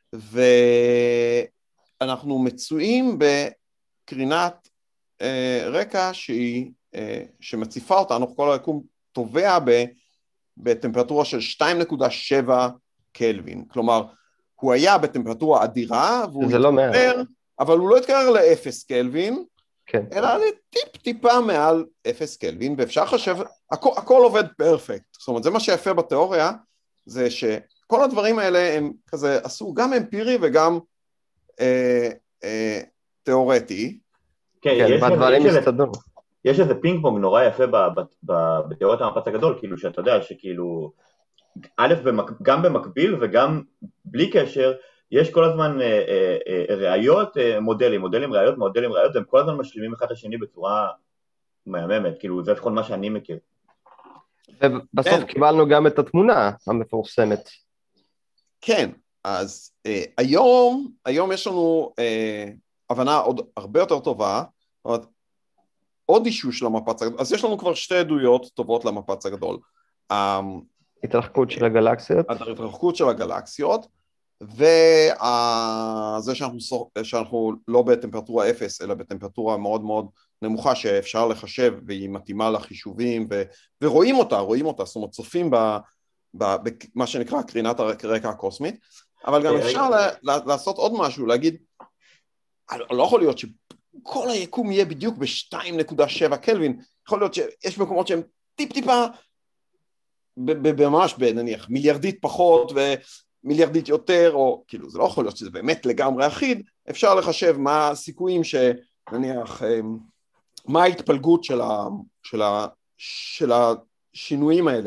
ואנחנו מצויים בקרינת אה, רקע שהיא, אה, שמציפה אותנו, כל היקום טובע ב, בטמפרטורה של שתיים נקודה שבע קלווין, כלומר, הוא היה בטמפרטורה אדירה, והוא התקרר, אבל הוא לא התקרר לאפס קלווין, כן. אלא לטיפ טיפה מעל אפס קלווין, ואפשר לחשב, הכל, הכל עובד פרפקט, זאת אומרת, זה מה שיפה בתיאוריה, זה שכל הדברים האלה הם כזה, עשו גם אמפירי וגם אה, אה, תיאורטי. כן, כן, יש בדברים מסתדרו. יש איזה פינג פונג נורא יפה בתיאוריית המפץ הגדול, כאילו שאתה יודע שכאילו, א', גם במקביל וגם בלי קשר, יש כל הזמן ראיות, מודלים, מודלים ראיות, מודלים ראיות, והם כל הזמן משלימים אחד לשני בצורה מהממת, כאילו זה כל מה שאני מכיר. ובסוף קיבלנו גם את התמונה המפורסמת. כן, אז אה, היום, היום יש לנו אה, הבנה עוד הרבה יותר טובה, זאת אומרת, עוד אישו של המפץ הגדול, אז יש לנו כבר שתי עדויות טובות למפץ הגדול. התרחקות של הגלקסיות. התרחקות של הגלקסיות, וזה שאנחנו, שאנחנו לא בטמפרטורה אפס, אלא בטמפרטורה מאוד מאוד נמוכה שאפשר לחשב, והיא מתאימה לחישובים, ו, ורואים אותה, רואים אותה, זאת אומרת, צופים במה שנקרא קרינת הרקע הקוסמית, אבל גם אפשר לעשות עוד משהו, להגיד, לא יכול להיות שכל היקום יהיה בדיוק ב-שתיים נקודה שבע קלווין, יכול להיות שיש מקומות שהם טיפ-טיפה, ממש בנניח מיליארדית פחות ומיליארדית יותר, או כאילו זה לא יכול להיות שזה באמת לגמרי אחיד, אפשר לחשב מה הסיכויים שנניח, מה ההתפלגות של, ה, של, ה, של השינויים האלה,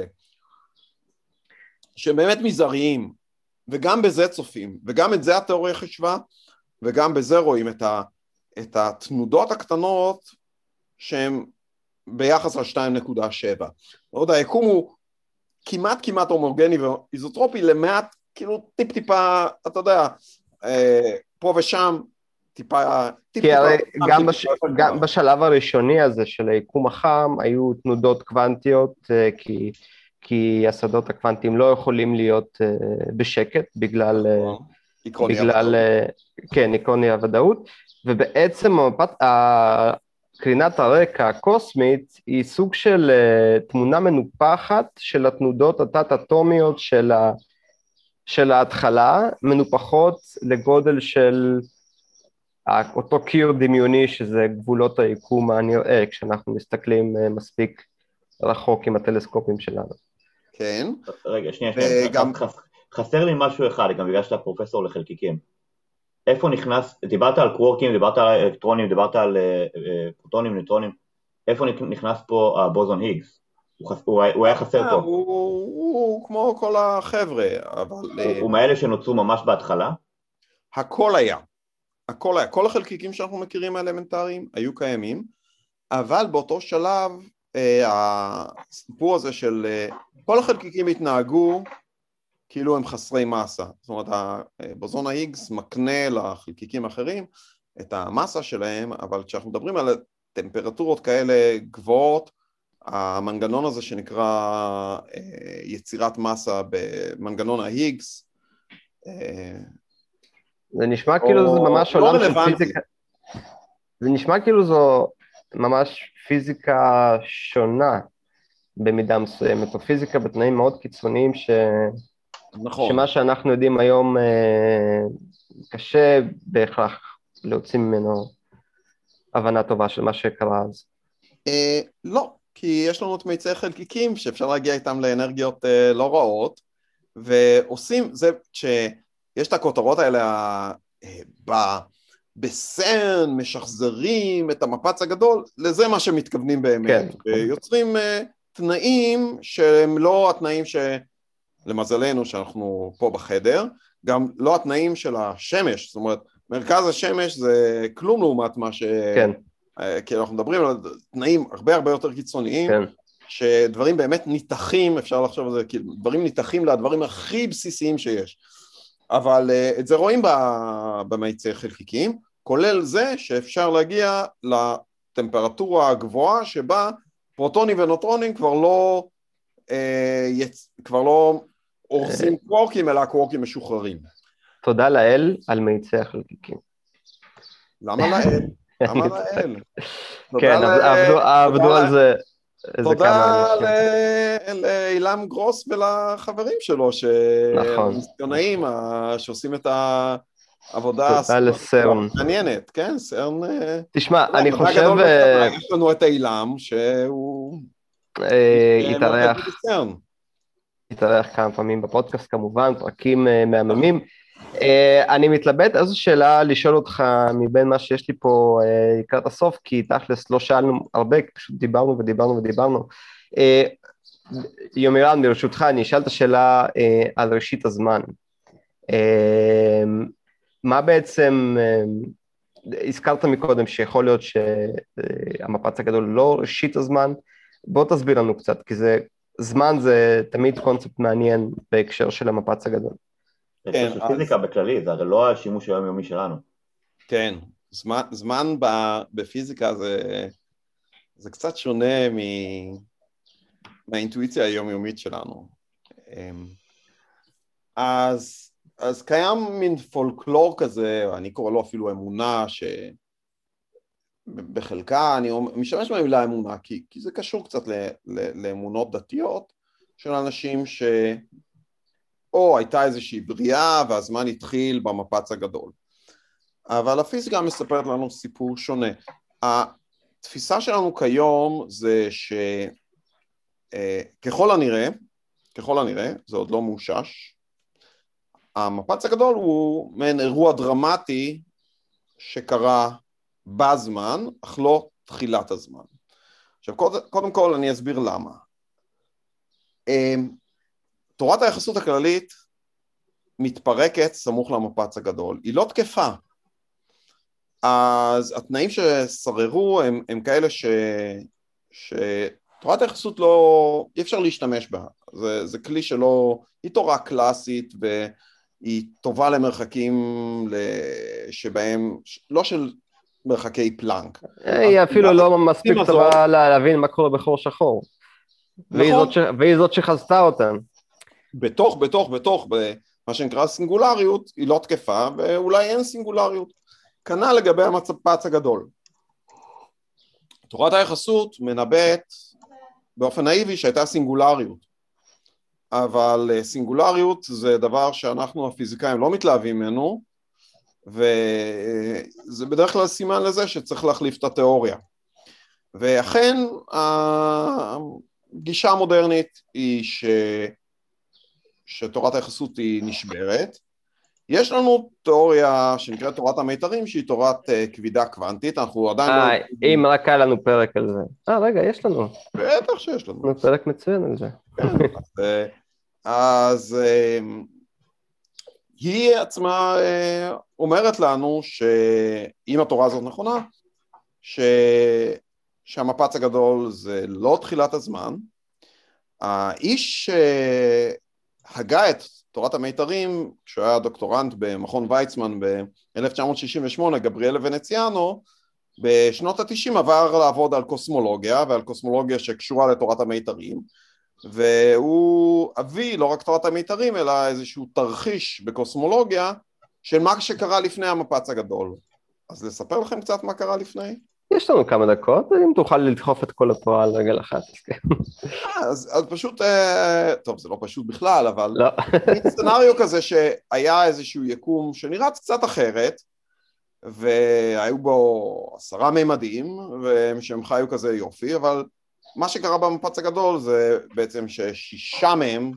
שהם באמת מזעריים, וגם בזה צופים, וגם את זה התיאוריה חשבה, וגם בזה רואים את, ה, את התנודות הקטנות שהן ביחס ל-שתיים נקודה שבע. עוד היקום הוא כמעט כמעט הומוגני ואיזוטרופי, למעט כאילו טיפ טיפה, אתה יודע, פה ושם, טיפה... טיפ כי טיפה, הרי טיפ גם, טיפ בש... טיפה, גם טיפה. בשלב הראשוני הזה של היקום החם, היו תנודות קוונטיות, כי, כי השדות הקוונטיים לא יכולים להיות בשקט, בגלל... בגלל, כן, עקרוני הוודאות, ובעצם המפת, קרינת הרקע הקוסמית היא סוג של תמונה מנופחת של התנודות התת-אטומיות של, ה, של ההתחלה, מנופחות לגודל של אותו קיר דמיוני שזה גבולות היקום הנראה, כשאנחנו מסתכלים מספיק רחוק עם הטלסקופים שלנו. כן. רגע, שנייה, שנייה. וגם... חסר לי משהו אחד, גם בגלל שאתה פרופסור לחלקיקים. איפה נכנס, דיברת על קוורקים, דיברת על אלקטרונים, דיברת על פרוטונים, ניוטרונים, איפה נכנס פה הבוזון היגס? הוא היה חסר פה. הוא כמו כל החבר'ה, אבל... הוא מאלה שנוצרו ממש בהתחלה? הכל היה. הכל היה. כל החלקיקים שאנחנו מכירים האלמנטריים היו קיימים, אבל באותו שלב, הסיפור הזה של כל החלקיקים התנהגו, כאילו הם חסרי מסה, זאת אומרת, הבוזון ה-היגס מקנה לחלקיקים אחרים את המסה שלהם, אבל כשאנחנו מדברים על טמפרטורות כאלה גבוהות, המנגנון הזה שנקרא יצירת מסה במנגנון ה-היגס, זה נשמע כאילו זה ממש עולם של פיזיקה, זה נשמע כאילו זו ממש פיזיקה שונה במידה מסוימת, או פיזיקה בתנאים מאוד קיצוניים ש... נכון. שמה שאנחנו יודעים היום אה, קשה בהכרח להוציא ממנו הבנה טובה של מה שקרה אז. אה, לא, כי יש לנו את מיצי חלקיקים שאפשר להגיע איתם לאנרגיות אה, לא רעות, ועושים, זה שיש את הכותרות האלה אה, ב, בסרן, משחזרים את המפץ הגדול, לזה מה שמתכוונים באמת, כן. ויוצרים אה, תנאים שהם לא התנאים ש... למזלנו שאנחנו פה בחדר, גם לא התנאים של השמש, זאת אומרת, מרכז השמש זה כלום לעומת מה ש... כן. כי אנחנו מדברים על תנאים הרבה הרבה יותר קיצוניים, כן. שדברים באמת ניתחים, אפשר לחשוב על זה, כאילו, דברים ניתחים לדברים הכי בסיסיים שיש, אבל את זה רואים במאיצי חלקיקים, כולל זה שאפשר להגיע לטמפרטורה הגבוהה, שבה פרוטונים ונוטרונים כבר לא, כבר לא, אורזים קוורקים, אלא קוורקים משוחררים. תודה לאל על מאיצי החלקיקים. למה לאל? למה לאל? כן, עבדו על זה. תודה לאילם גרוס ולחברים שלו, שהמיסיונאים שעושים את העבודה מעניינת, כן, סרן... תשמע, אני חושב... יש לנו את אילם שהוא... התארח. התארח כמה פעמים בפודקאסט כמובן, פרקים מהממים. אני מתלבט איזו שאלה לשאול אותך מבין מה שיש לי פה לקראת הסוף, כי תכלס לא שאלנו הרבה, פשוט דיברנו ודיברנו ודיברנו. יומירן, ברשותך, אני אשאל את השאלה אה, על ראשית הזמן. אה, מה בעצם, אה, הזכרת מקודם שיכול להיות שהמפץ הגדול לא ראשית הזמן, בוא תסביר לנו קצת, כי זה, זמן זה תמיד קונספט מעניין בהקשר של המפץ הגדול. כן, של פיזיקה בכללי, זה הרי לא השימוש היומיומי שלנו. כן, זמן, זמן בפיזיקה זה, זה קצת שונה מ... מהאינטואיציה היומיומית שלנו. אז, אז קיים מין פולקלור כזה, אני קורא לו אפילו אמונה, שבחלקה אני משתמש במילה אמונה, כי, כי זה קשור קצת ל, ל, לאמונות דתיות של אנשים ש... או הייתה איזושהי בריאה והזמן התחיל במפץ הגדול. אבל הפיזיקה מספרת לנו סיפור שונה. התפיסה שלנו כיום זה שככל הנראה, ככל הנראה, זה עוד לא מאושש, המפץ הגדול הוא מעין אירוע דרמטי שקרה בזמן, אך לא תחילת הזמן. עכשיו, קודם, קודם כל אני אסביר למה. תורת היחסות הכללית מתפרקת סמוך למפץ הגדול, היא לא תקפה. אז התנאים ששררו הם, הם כאלה ש, שתורת היחסות לא, אי אפשר להשתמש בה. זה, זה כלי שלא, היא תורה קלאסית והיא טובה למרחקים שבהם, לא של מרחקי פלנק. היא אפילו לא מספיק טובה להבין מה קורה בחור שחור. נכון. והיא זאת שחזתה אותן. בתוך, בתוך, בתוך, במה שנקרא סינגולריות, היא לא תקפה, ואולי אין סינגולריות. כנ"ל לגבי המפץ הגדול. תורת היחסות מנבאת באופן נאיבי שהייתה סינגולריות, אבל סינגולריות זה דבר שאנחנו הפיזיקאים לא מתלהבים ממנו, וזה בדרך כלל סימן לזה שצריך להחליף את התיאוריה. ואכן, הגישה המודרנית היא ש... שתורת היחסות היא נשברת. יש לנו תיאוריה שנקראת תורת המיתרים, שהיא תורת uh, כבידה קוונטית, אנחנו עדיין 아, לא... אם רק היה לנו פרק על זה. אה, רגע, יש לנו. בטח שיש לנו. לנו פרק מצוין על זה. כן, אז, אז uh, היא עצמה uh, אומרת לנו שאם התורה הזאת נכונה, ש... שהמפץ הגדול זה לא תחילת הזמן, האיש שהגה את תורת המיתרים, כשהוא היה דוקטורנט במכון ויצמן ב-אלף תשע מאות שישים ושמונה, גבריאלה ונציאנו, בשנות ה-תשעים עבר לעבוד על קוסמולוגיה, ועל קוסמולוגיה שקשורה לתורת המיתרים, והוא אבי לא רק תורת המיתרים, אלא איזשהו תרחיש בקוסמולוגיה, של מה שקרה לפני המפץ הגדול. אז לספר לכם קצת מה קרה לפני? יש לנו כמה דקות, אם תוכל לדחוף את כל התורה על רגל אחת. אז, אז פשוט, טוב, זה לא פשוט בכלל, אבל... לא. סצנריו כזה שהיה איזשהו יקום שנראה קצת אחרת, והיו בו עשרה מימדים, ושהם חיו כזה יופי, אבל מה שקרה במפץ הגדול זה בעצם ששישה מהם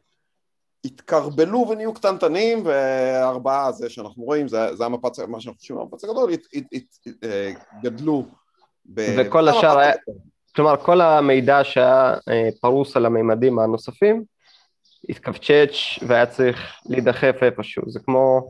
התקרבלו ונהיו קטנטנים, וארבעה הזה שאנחנו רואים, זה, זה המפץ, מה שאנחנו חושבים המפץ הגדול, הת, הת, הת, הת, גדלו. וכל השאר, היה, כלומר, כל המידע שהיה פרוס על המימדים הנוספים, התכווצ'ץ' והיה צריך להידחף איפשהו. זה כמו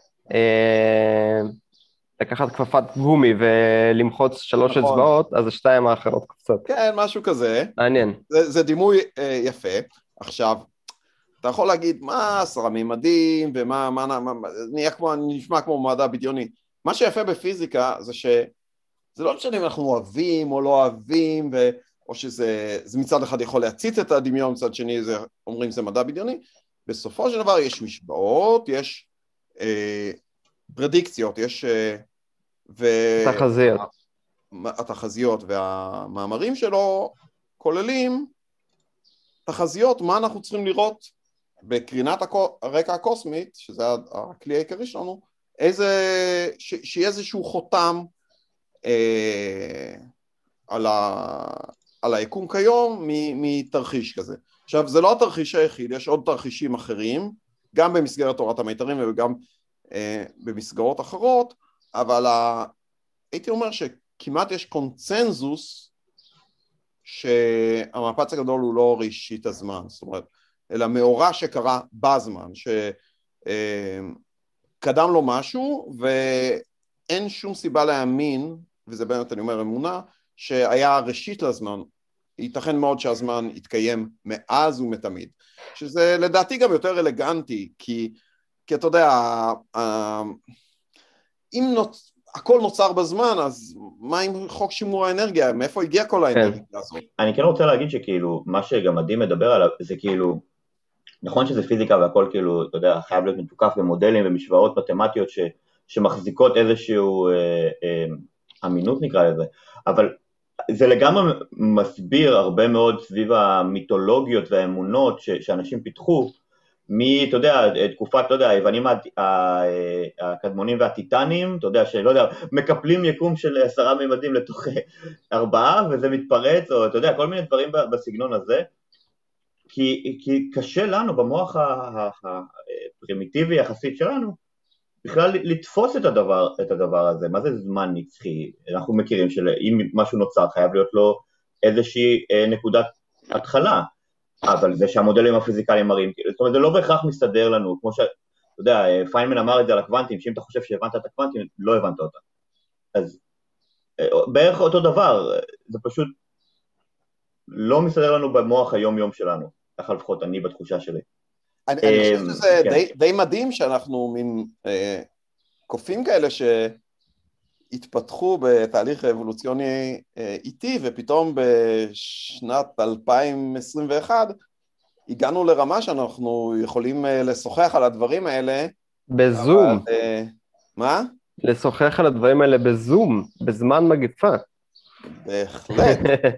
אה, לקחת כפפת גומי ולמחוץ שלוש נכון. אצבעות, אז השתיים האחרות קצת. כן, משהו כזה. מעניין. זה, זה דימוי אה, יפה. עכשיו, אתה יכול להגיד, מה עשרה מימדים, ומה, מה, מה, נהיה כמו, נשמע כמו מדע בדיוני. מה שיפה בפיזיקה זה שזה לא משנה אם אנחנו אוהבים או לא אוהבים, ו, או שזה זה מצד אחד יכול להציץ את הדמיון, מצד שני זה, אומרים זה מדע בדיוני. בסופו של דבר יש משוואות, יש אה, פרדיקציות, יש... אה, ו... תחזיות. התחזיות והמאמרים שלו כוללים תחזיות, מה אנחנו צריכים לראות בקרינת הרקע הקוסמית, שזה הכלי העיקרי שלנו, איזה, ש, שיהיה איזשהו חותם אה, על, ה, על היקום כיום מתרחיש כזה. עכשיו, זה לא התרחיש היחיד, יש עוד תרחישים אחרים, גם במסגרת תורת המיתרים וגם אה, במסגרות אחרות, אבל ה, הייתי אומר שכמעט יש קונצנזוס שהמפץ הגדול הוא לא ראשית הזמן, זאת אומרת, אלא מאורע שקרה בזמן, שקדם לו משהו, ואין שום סיבה להאמין, וזה באמת אני אומר אמונה, שהיה ראשית לזמן, ייתכן מאוד שהזמן יתקיים מאז ומתמיד, שזה לדעתי גם יותר אלגנטי, כי, כי אתה יודע, אם נוצ... הכל נוצר בזמן, אז מה עם חוק שימור האנרגיה? מאיפה הגיע כל האנרגיה הזאת? אני כן רוצה להגיד שכאילו, מה שגם עדי מדבר עליו, זה כאילו, נכון שזה פיזיקה והכל כאילו, אתה יודע, חייב להיות מתוקף במודלים ומשוואות מתמטיות ש, שמחזיקות איזשהו אה, אה, אמינות נקרא לזה, אבל זה לגמרי מסביר הרבה מאוד סביב המיתולוגיות והאמונות ש, שאנשים פיתחו, מי, אתה יודע, תקופת, אתה יודע, היוונים הקדמונים והטיטנים, אתה יודע, שלא יודע, מקפלים יקום של עשרה מימדים לתוך ארבעה, וזה מתפרץ, או אתה יודע, כל מיני דברים בסגנון הזה, כי, כי קשה לנו במוח הפרימיטיבי יחסית שלנו, בכלל לתפוס את הדבר, את הדבר הזה, מה זה זמן נצחי? אנחנו מכירים שאם משהו נוצר, חייב להיות לו איזושהי נקודת התחלה, אבל זה שהמודלים הפיזיקליים מראים, זאת אומרת, זה לא בהכרח מסתדר לנו, כמו שאתה יודע, פיינמן אמר את זה על הקוונטים, שאם אתה חושב שהבנת את הקוונטים, לא הבנת אותה. אז בערך אותו דבר, זה פשוט לא מסתדר לנו במוח היום-יום שלנו, ככה לפחות אני בתחושה שלי. אני, אני חושב שזה די, די מדהים שאנחנו מין אה, קופים כאלה שהתפתחו בתהליך אבולוציוני אה, איטי, ופתאום בשנת אלפיים עשרים ואחת הגענו לרמה שאנחנו יכולים אה, לשוחח על הדברים האלה. בזום. אבל, אה, מה? לשוחח על הדברים האלה בזום, בזמן מגפה. בהחלט.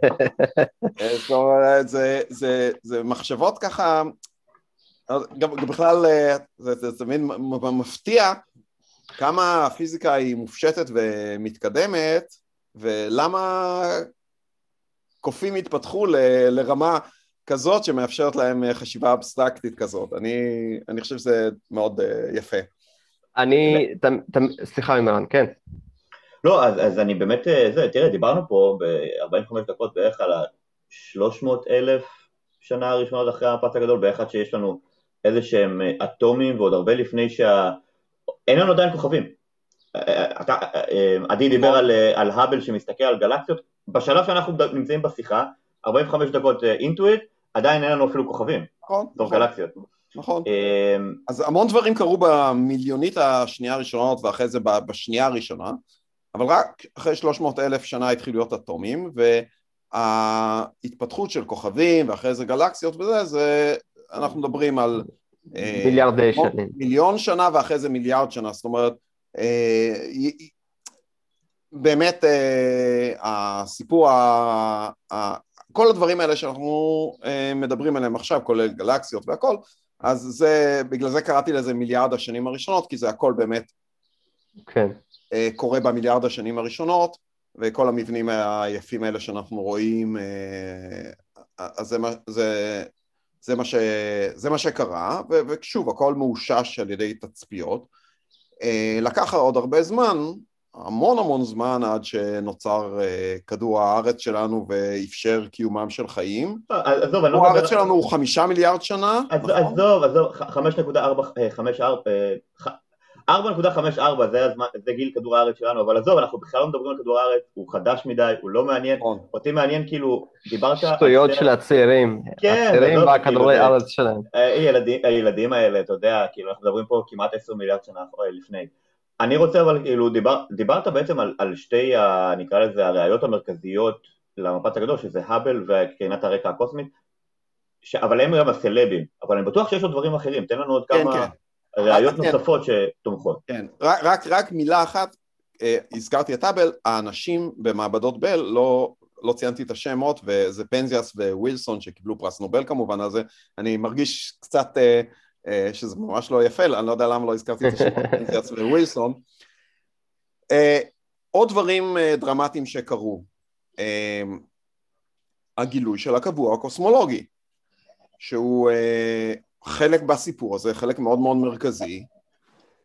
זאת אומרת, זה, זה, זה מחשבות ככה, גם בכלל זה, זה תמיד מפתיע כמה הפיזיקה היא מופשטת ומתקדמת, ולמה קופים התפתחו ל, לרמה כזאת שמאפשרת להם חשיבה אבסטרקטית כזאת. אני, אני חושב שזה מאוד יפה. אני, ת, ת, סליחה ממרן, כן. לא, אז, אז אני באמת, זה, תראה, דיברנו פה ב-ארבעים וחמש דקות בערך על ה-שלוש מאות אלף שנה הראשונות אחרי המפץ הגדול, באחד שיש לנו איזה שהם אטומים, ועוד הרבה לפני שה... אין לנו עדיין כוכבים. אתה, עדי דיבר על, על האבל שמסתכל על גלקסיות, בשלב שאנחנו נמצאים בשיחה, ארבעים וחמש דקות אינטואיט, עדיין אין לנו אפילו כוכבים. נכון, נכון. גלקסיות. נכון. אז המון דברים קרו במיליונית השנייה הראשונות, ואחרי זה בשנייה הראשונה, אבל רק אחרי שלוש מאות אלף שנה התחילו להיות אטומים, וההתפתחות של כוכבים, ואחרי זה גלקסיות וזה, זה, אנחנו מדברים על מיליארדי שנים. מיליון שנה, ואחרי זה מיליארד שנה, זאת אומרת, באמת הסיפור, כל הדברים האלה שאנחנו מדברים עליהם עכשיו, כולל גלקסיות והכל, אז זה, בגלל זה קראתי לזה מיליארד השנים הראשונות, כי זה הכל באמת כן. קורה במיליארד השנים הראשונות, וכל המבנים היפים האלה שאנחנו רואים, אז זה, זה, זה, מה, ש, זה מה שקרה, ושוב, הכל מאושש על ידי תצפיות. לקח עוד הרבה זמן, המון המון זמן עד שנוצר כדור הארץ שלנו ואפשר קיומם של חיים. כדור הארץ שלנו הוא חמישה מיליארד שנה. עזוב, עזוב, חמש נקודה ארבע, ארבע נקודה חמש ארבע, זה גיל כדור הארץ שלנו, אבל עזוב, אנחנו בכלל לא מדברים על כדור הארץ, הוא חדש מדי, הוא לא מעניין, אותי מעניין כאילו, דיברת... שטויות של הצעירים, הצעירים והכדורי הארץ שלהם. הילדים האלה, אתה יודע, כאילו אנחנו מדברים פה כמעט עשרה מיליארד שנה לפני. אני רוצה אבל כאילו, דיברת בעצם על שתי, נקרא לזה, הראיות המרכזיות למפץ הגדול, שזה האבל וקרינת הרקע הקוסמית, אבל הם גם הסלבים, אבל אני בטוח שיש עוד דברים אחרים, תן לנו עוד כמה... ראיות נוספות שתומכות. כן, רק, רק מילה אחת, הזכרתי את האבל, האנשים במעבדות בל, לא, לא ציינתי את השמות, וזה פנזיאס ווילסון שקיבלו פרס נובל כמובן, אז אני מרגיש קצת שזה ממש לא יפה, אני לא יודע למה לא הזכרתי את השמות, פנזיאס ווילסון. עוד דברים דרמטיים שקרו, הגילוי של הקבוע הקוסמולוגי, שהוא... חלק בסיפור הזה, חלק מאוד מאוד מרכזי,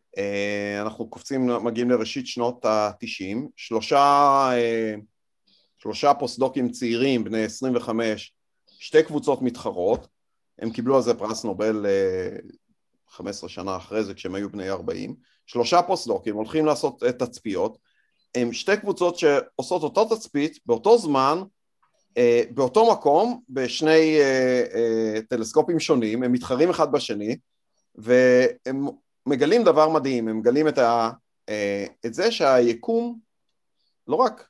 אנחנו קופצים, מגיעים לראשית שנות ה-תשעים, שלושה שלושה פוסט-דוקים צעירים, בני עשרים וחמש, שתי קבוצות מתחרות, הם קיבלו על זה פרס נובל חמש עשרה שנה אחרי זה, כשהם היו בני ארבעים, שלושה פוסט-דוקים הולכים לעשות תצפיות, הם שתי קבוצות שעושות אותו תצפית, באותו זמן, באותו מקום, בשני טלסקופים שונים, הם מתחרים אחד בשני, והם מגלים דבר מדהים, הם מגלים את, ה, את זה שהיקום לא רק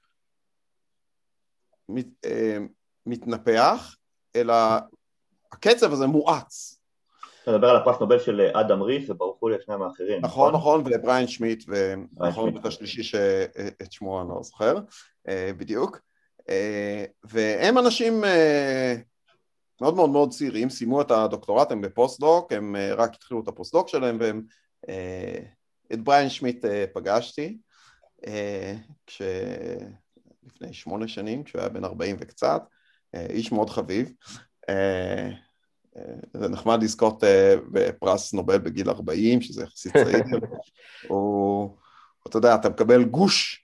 מת, מתנפח, אלא הקצב הזה מואץ. אתה מדבר על הפרס נובל של אדם ריס וברוך לי השניים האחרים. נכון, נכון, ובריין שמיט, ונכון את השלישי שאת שמו אני לא זוכר, בדיוק. והם אנשים מאוד מאוד מאוד צעירים, סיימו את הדוקטורט, הם בפוסט-דוק, הם רק התחילו את הפוסט-דוק שלהם, והם, את בריין שמיט פגשתי, לפני שמונה שנים, כשהוא היה בן ארבעים וקצת, איש מאוד חביב, זה נחמד לזכות בפרס נובל בגיל ארבעים, שזה יחסית צעיר, הוא, אתה יודע, אתה מקבל גוש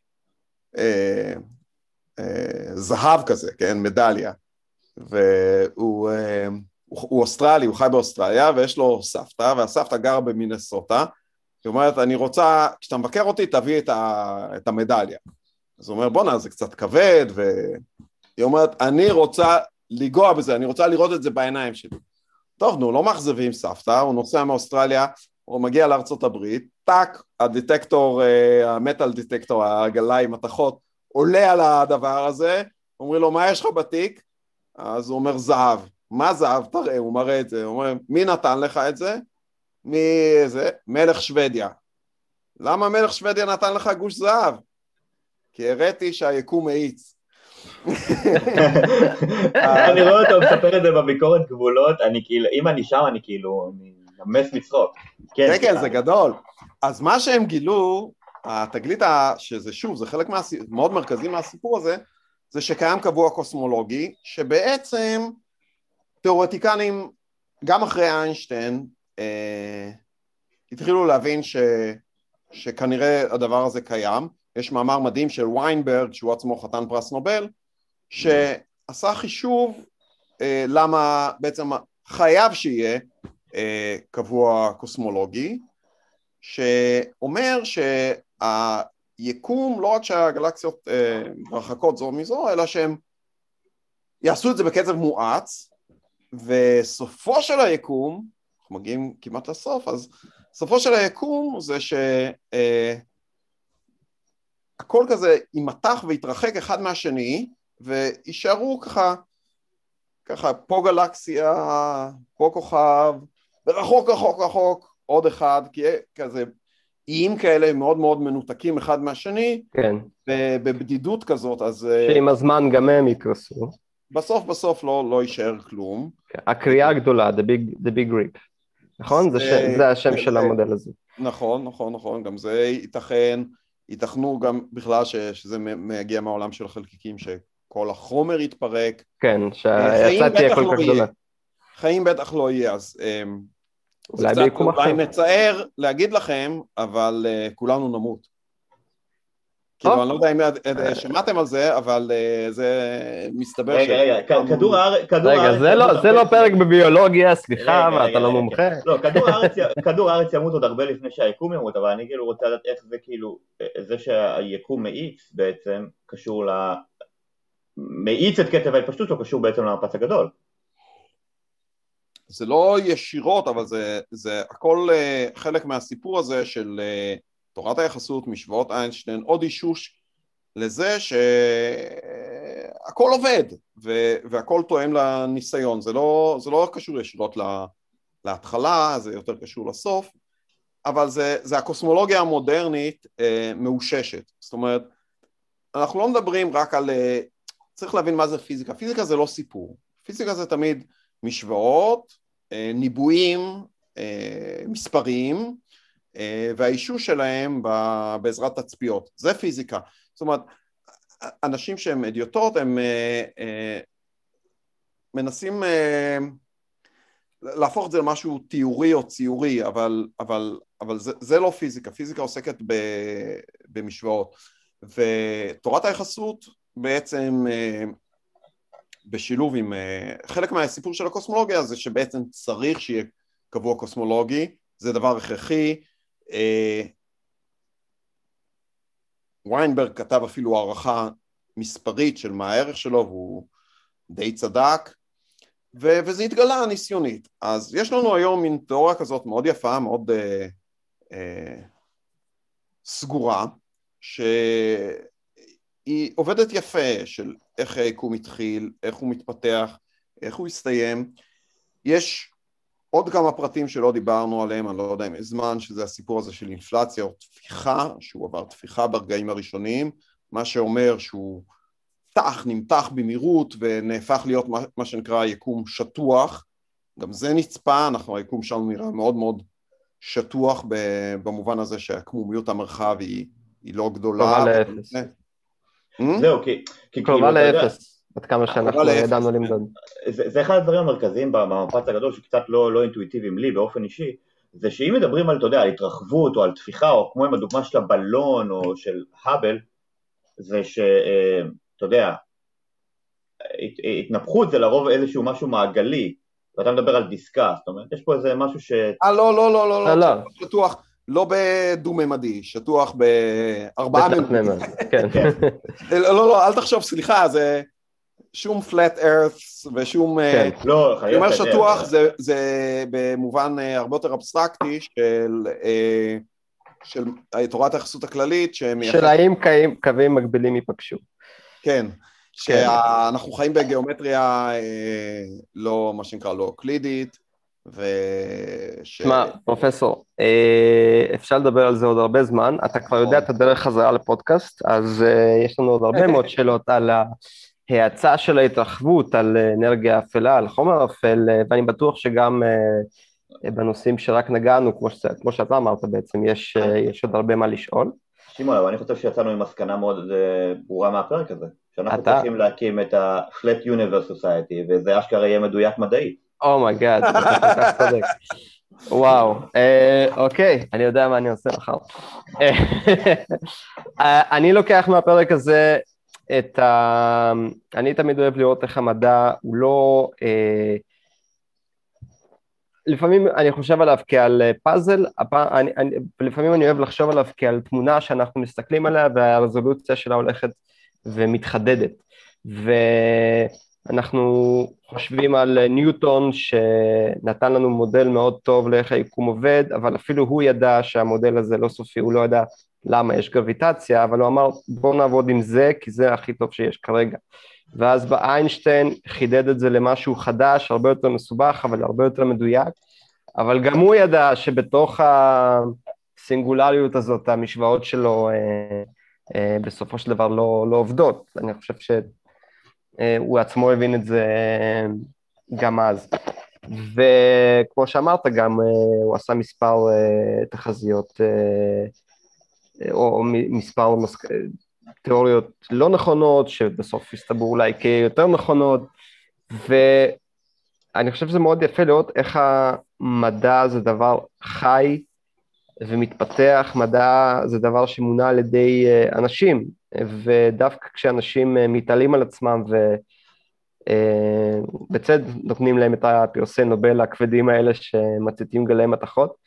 זהב כזה, כן, מדליה, והוא הוא אוסטרלי, הוא חי באוסטרליה, ויש לו סבתא, והסבתא גרה במינסוטה, היא אומרת, אני רוצה, כשאתה מבקר אותי, תביא את, ה, את המדליה. אז הוא אומר, בונה, זה קצת כבד, והיא אומרת, אני רוצה לגוע בזה, אני רוצה לראות את זה בעיניים שלי. טוב, נו, לא מחזבים סבתא, הוא נוסע מאוסטרליה, הוא מגיע לארצות הברית, טק, הדטקטור, המטל דטקטור, הגלה עם מתכות, עולה על הדבר הזה, אומרים לו, מה יש לך בתיק? אז הוא אומר, זהב. מה זהב? תראה, הוא מראה את זה, הוא אומר, מי נתן לך את זה? מי זה? מלך שוודיה. למה מלך שוודיה נתן לך גוש זהב? כי הראיתי שהיקום מאיץ. אני רואה אותו, מספר את זה בביקורת גבולות, אני כאילו, אם אני שם, אני כאילו, אני נמס מצחוק. כן, כן, זה גדול. אז מה שהם גילו, התגלית שזה שוב, זה חלק מאוד מרכזי מהסיפור הזה, זה שקיים קבוע קוסמולוגי, שבעצם תיאורטיקנים, גם אחרי איינשטיין, אה, התחילו להבין ש, שכנראה הדבר הזה קיים. יש מאמר מדהים של ויינברג, שהוא עצמו חתן פרס נובל, שעשה חישוב אה, למה בעצם חייב שיהיה אה, קבוע קוסמולוגי, שאומר שהיקום, לא רק שהגלקסיות אה, רחקות זו מזו, אלא שהם יעשו את זה בקצב מואץ, וסופו של היקום, אנחנו מגיעים כמעט לסוף, אז סופו של היקום זה ש... אה, הכל כזה יימתח ויתרחק אחד מהשני, וישארו ככה, ככה, פה גלקסיה, פה כוכב, ורחוק רחוק רחוק, עוד אחד, כי כזה, איים כאלה מאוד מאוד מנותקים אחד מהשני, כן. בבדידות כזאת, אז... שעם הזמן גם הם יקרסו. בסוף בסוף לא, לא יישאר כלום. הקריאה הגדולה, the big, the big rip. נכון? זה, זה, זה השם של המודל הזה. נכון, נכון, נכון, גם זה ייתכן, ייתכנו גם בכלל ש, שזה מגיע מהעולם של החלקיקים, שכל החומר יתפרק. כן, שהיצא תהיה כל כך גדולה. חיים בטח לא יהיה, אז אולי ביקום אחר. אולי מצער להגיד לכם, אבל uh, כולנו נמות. כאילו, אני לא יודע אם שמעתם על זה, אבל uh, זה מסתבר ש... רגע, רגע, כדור הארץ... רגע, זה לא פרק בביולוגיה, סליחה, ואתה לא מומחה. לא, כדור הארץ ימות עוד הרבה לפני שהיקום ימות, אבל אני כאילו רוצה לדעת איך זה כאילו, זה שהיקום מאיץ בעצם, קשור ל... מאיץ את קצב ההתפשטות, או קשור בעצם למפץ הגדול. זה לא ישירות, אבל זה, זה הכל uh, חלק מהסיפור הזה של uh, תורת היחסות, משוואות איינשטיין, עוד אישוש לזה שהכל עובד, ו- והכל תואם לניסיון. זה לא, זה לא קשור ישירות לה, להתחלה, זה יותר קשור לסוף, אבל זה, זה הקוסמולוגיה המודרנית uh, מאוששת. זאת אומרת, אנחנו לא מדברים רק על... Uh, צריך להבין מה זה פיזיקה. פיזיקה זה לא סיפור. פיזיקה זה תמיד... משוואות, ניבויים, מספרים, והאישוש שלהם בעזרת תצפיות. זה פיזיקה. זאת אומרת, אנשים שהם אדיוטות, הם מנסים להפוך את זה למשהו תיאורי או ציורי, אבל, אבל, אבל זה, זה לא פיזיקה. פיזיקה עוסקת במשוואות. ותורת היחסות בעצם בשילוב עם חלק מהסיפור של הקוסמולוגיה זה שבעצם צריך שיהיה קבוע קוסמולוגי, זה דבר הכרחי. ויינברג כתב אפילו הערכה מספרית של מה הערך שלו, והוא די צדק, ו- וזה התגלה ניסיונית. אז יש לנו היום מין תיאוריה כזאת מאוד יפה, מאוד אה, אה, סגורה, שהיא עובדת יפה של איך היקום התחיל, איך הוא מתפתח, איך הוא יסתיים. יש עוד כמה פרטים שלא דיברנו עליהם, אני לא יודע אם זמן, שזה הסיפור הזה של אינפלציה או תפיחה, שהוא עבר תפיחה ברגעים הראשוניים, מה שאומר שהוא תח, נמתח במהירות ונהפך להיות מה, מה שנקרא יקום שטוח. גם זה נצפה, אנחנו היקום שלנו נראה מאוד מאוד שטוח במובן הזה שהקמומיות המרחב היא, היא לא גדולה. קרובה לאפס. זהו, כי... קרובה לאפס. עד כמה שאנחנו ידענו למדוד. זה, זה אחד הדברים המרכזיים במפץ הגדול שקצת לא, לא אינטואיטיביים לי באופן אישי, זה שאם מדברים על, אתה יודע, על התרחבות או על תפיחה, או כמו עם הדוגמה של הבלון או של האבל, זה שאתה יודע, התנפחות זה לרוב איזשהו משהו מעגלי, ואתה מדבר על דיסקה, זאת אומרת, יש פה איזה משהו ש... אה, לא, לא, לא, לא, לא, שטוח, לא בדו-ממדי, שטוח בארבעה ממדי. כן. לא, לא, אל תחשוב, סליחה, זה... שום flat earth ושום... כן, לא, אני אומר שטוח זה, זה במובן הרבה יותר אבסטרקטי של, של תורת היחסות הכללית. של האם קווים מקבילים ייפגשו. כן, שאנחנו חיים בגיאומטריה לא, מה שנקרא, לא אוקלידית, וש... תשמע, פרופסור, אפשר לדבר על זה עוד הרבה זמן, אתה כבר יודע את הדרך חזרה לפודקאסט, אז יש לנו עוד הרבה מאוד שאלות על ה... ההצעה של ההתרחבות על אנרגיה אפלה, על חומר אפל, ואני בטוח שגם בנושאים שרק נגענו, כמו, ש... כמו שאתה אמרת בעצם, יש, יש עוד הרבה מה לשאול. שמעון, אבל אני חושב שיצאנו עם מסקנה מאוד ברורה מהפרק הזה, שאנחנו אתה... צריכים להקים את ה-Flat Universe Society, וזה אשכרה יהיה מדויק מדעי. אומייגאד, אתה כל כך צודק. וואו, אוקיי, אני יודע מה אני עושה מחר. אני לוקח מהפרק הזה, את ה... אני תמיד אוהב לראות איך המדע הוא לא... אה... לפעמים אני חושב עליו כעל פאזל, אני, אני, לפעמים אני אוהב לחשוב עליו כעל תמונה שאנחנו מסתכלים עליה והרזולוציה שלה הולכת ומתחדדת. ואנחנו חושבים על ניוטון שנתן לנו מודל מאוד טוב לאיך היקום עובד, אבל אפילו הוא ידע שהמודל הזה לא סופי, הוא לא ידע למה יש גרביטציה, אבל הוא אמר בוא נעבוד עם זה כי זה הכי טוב שיש כרגע. ואז באיינשטיין חידד את זה למשהו חדש, הרבה יותר מסובך, אבל הרבה יותר מדויק, אבל גם הוא ידע שבתוך הסינגולריות הזאת, המשוואות שלו אה, אה, בסופו של דבר לא, לא עובדות. אני חושב שהוא עצמו הבין את זה גם אז. וכמו שאמרת גם, אה, הוא עשה מספר אה, תחזיות, אה, או מספר מסק... תיאוריות לא נכונות, שבסוף הסתברו אולי כיותר נכונות, ואני חושב שזה מאוד יפה לראות איך המדע זה דבר חי ומתפתח, מדע זה דבר שמונע על ידי אנשים, ודווקא כשאנשים מתעלים על עצמם ובצד נותנים להם את הפרסי נובל הכבדים האלה שמציתים גלי מתכות,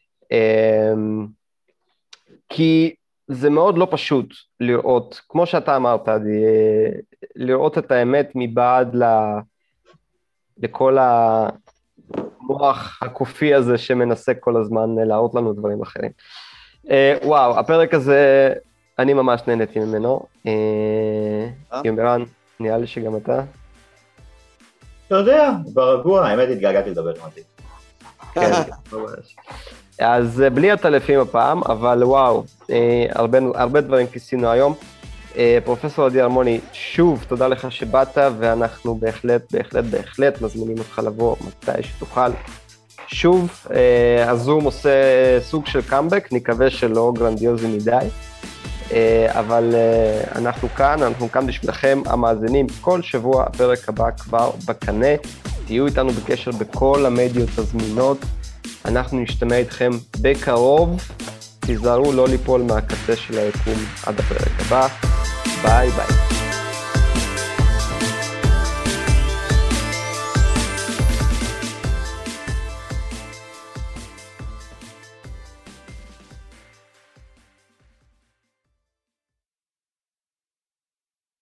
כי זה מאוד לא פשוט לראות, כמו שאתה אמרת, לראות את האמת מבעד ל... לכל המוח הקופי הזה שמנסה כל הזמן להראות לנו דברים אחרים. וואו, הפרק הזה, אני ממש נהניתי ממנו. יומירן, נראה לי שגם אתה. אתה יודע, ברגוע, האמת התגעגעתי לדבר שמעתי. כן, ממש. אז בלי הטלפים הפעם, אבל וואו, הרבה, הרבה דברים כיסינו היום. פרופסור עדי הרמוני, שוב, תודה לך שבאת, ואנחנו בהחלט, בהחלט, בהחלט מזמינים אותך לבוא מתי שתוכל. שוב, הזום עושה סוג של קאמבק, נקווה שלא גרנדיוזי מדי, אבל אנחנו כאן, אנחנו כאן בשבילכם המאזינים, כל שבוע הפרק הבא כבר בקנה, תהיו איתנו בקשר בכל המדיות הזמינות, אנחנו נשתמע איתכם בקרוב, תיזהרו לא ליפול מהקצה של היקום עד הפרק הבא, ביי ביי.